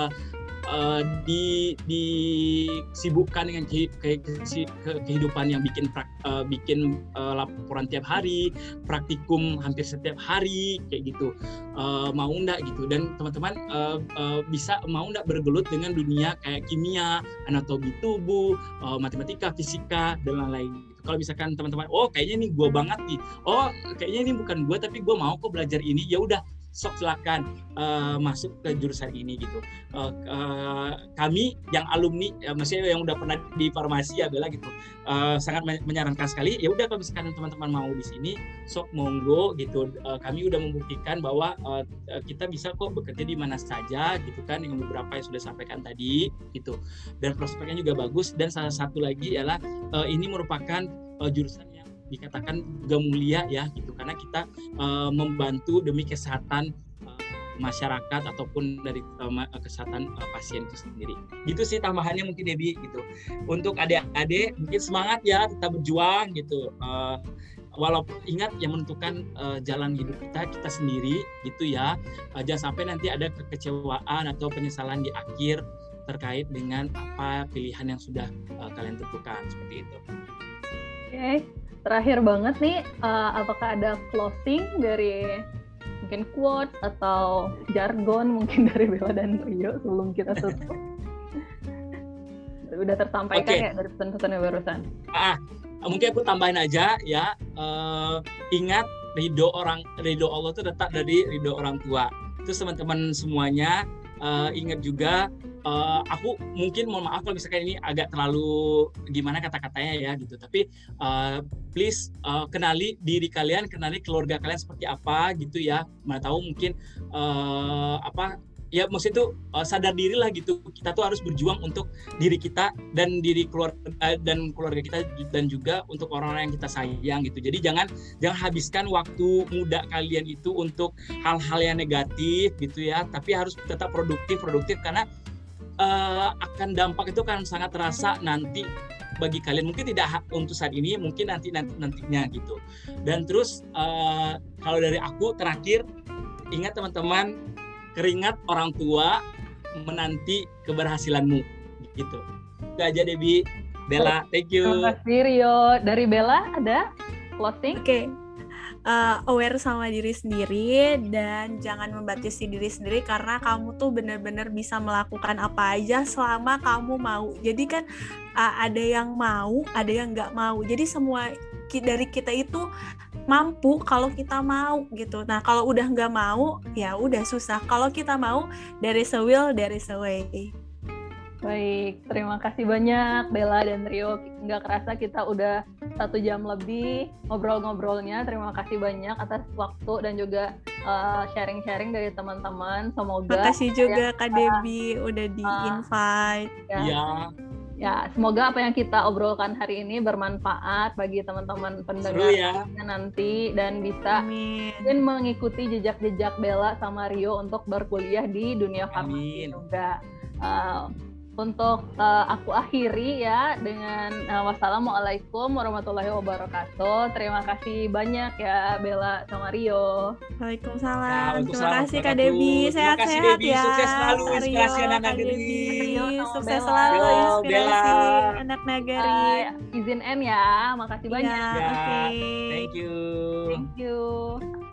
disibukkan dengan kehidupan yang bikin laporan tiap hari, praktikum hampir setiap hari kayak gitu. Mau nggak gitu. Dan teman-teman bisa mau nggak bergelut dengan dunia kayak kimia, anatomi tubuh, matematika, fisika dan lain-lain gitu. Kalau misalkan teman-teman kayaknya ini gue banget nih, kayaknya ini bukan gue tapi gue mau kok belajar ini, ya udah sok silakan masuk ke jurusan ini gitu. Kami yang alumni, maksudnya yang udah pernah di farmasi ya Bella gitu, sangat menyarankan sekali. Ya udah kalau misalkan teman-teman mau di sini, sok monggo gitu. Kami udah membuktikan bahwa kita bisa kok bekerja di mana saja gitu kan, dengan beberapa yang sudah sampaikan tadi gitu. Dan prospeknya juga bagus. Dan salah satu lagi ialah ini merupakan jurusan yang dikatakan juga mulia ya gitu, karena kita membantu demi kesehatan masyarakat ataupun dari kesehatan pasien itu sendiri. Gitu sih tambahannya mungkin Debbie gitu. Untuk adik-adik mungkin semangat ya, tetap berjuang gitu. Walaupun ingat yang menentukan jalan hidup kita sendiri gitu ya. Jangan sampai nanti ada kekecewaan atau penyesalan di akhir terkait dengan apa pilihan yang sudah kalian tentukan, seperti itu. Oke. Terakhir banget nih, apakah ada closing dari mungkin quotes atau jargon mungkin dari Bella dan Rio sebelum kita tutup? Udah tersampaikan ya dari pesan-pesannya barusan. Mungkin aku tambahin aja ya, ingat ridho Allah itu letak dari ridho orang tua. Terus teman-teman semuanya ingat juga, aku mungkin mohon maaf kalau misalkan ini agak terlalu gimana kata-katanya ya gitu, tapi please kenali diri kalian, kenali keluarga kalian seperti apa gitu ya. Mana tahu mungkin ya maksud itu sadar diri lah gitu. Kita tuh harus berjuang untuk diri kita dan keluarga kita, dan juga untuk orang-orang yang kita sayang gitu. Jadi jangan habiskan waktu muda kalian itu untuk hal-hal yang negatif gitu ya, tapi harus tetap produktif karena akan dampak itu kan sangat terasa nanti bagi kalian. Mungkin tidak untuk saat ini, mungkin nantinya gitu. Dan terus kalau dari aku terakhir, ingat teman-teman, keringat orang tua menanti keberhasilanmu gitu. Itu aja Debbie, Bella, thank you. Terima kasih Rio. Dari Bella ada closing? Oke. Aware sama diri sendiri dan jangan membatasi diri sendiri, karena kamu tuh benar-benar bisa melakukan apa aja selama kamu mau. Jadi kan ada yang mau, ada yang nggak mau. Jadi semua dari kita itu mampu kalau kita mau gitu. Nah kalau udah nggak mau ya udah susah. Kalau kita mau, there is a will, there is a way. Baik, terima kasih banyak Bella dan Rio. Nggak kerasa kita udah 1 jam lebih ngobrol-ngobrolnya. Terima kasih banyak atas waktu dan juga sharing-sharing dari teman-teman. Semoga makasih juga Kak Debbie udah di-invite. Ya, semoga apa yang kita obrolkan hari ini bermanfaat bagi teman-teman pendengar nanti dan bisa mungkin mengikuti jejak-jejak Bella sama Rio untuk berkuliah di dunia farmasi juga. Untuk aku akhiri ya dengan wassalamualaikum warahmatullahi wabarakatuh. Terima kasih banyak ya Bella sama Rio. Waalaikumsalam. Terima kasih Kak Debbie. Sehat-sehat ya. Sukses selalu inspirasi anak nagari. Sukses selalu inspirasi anak nagari. Izin N ya. Makasih banyak. Oke. Thank you. Thank you.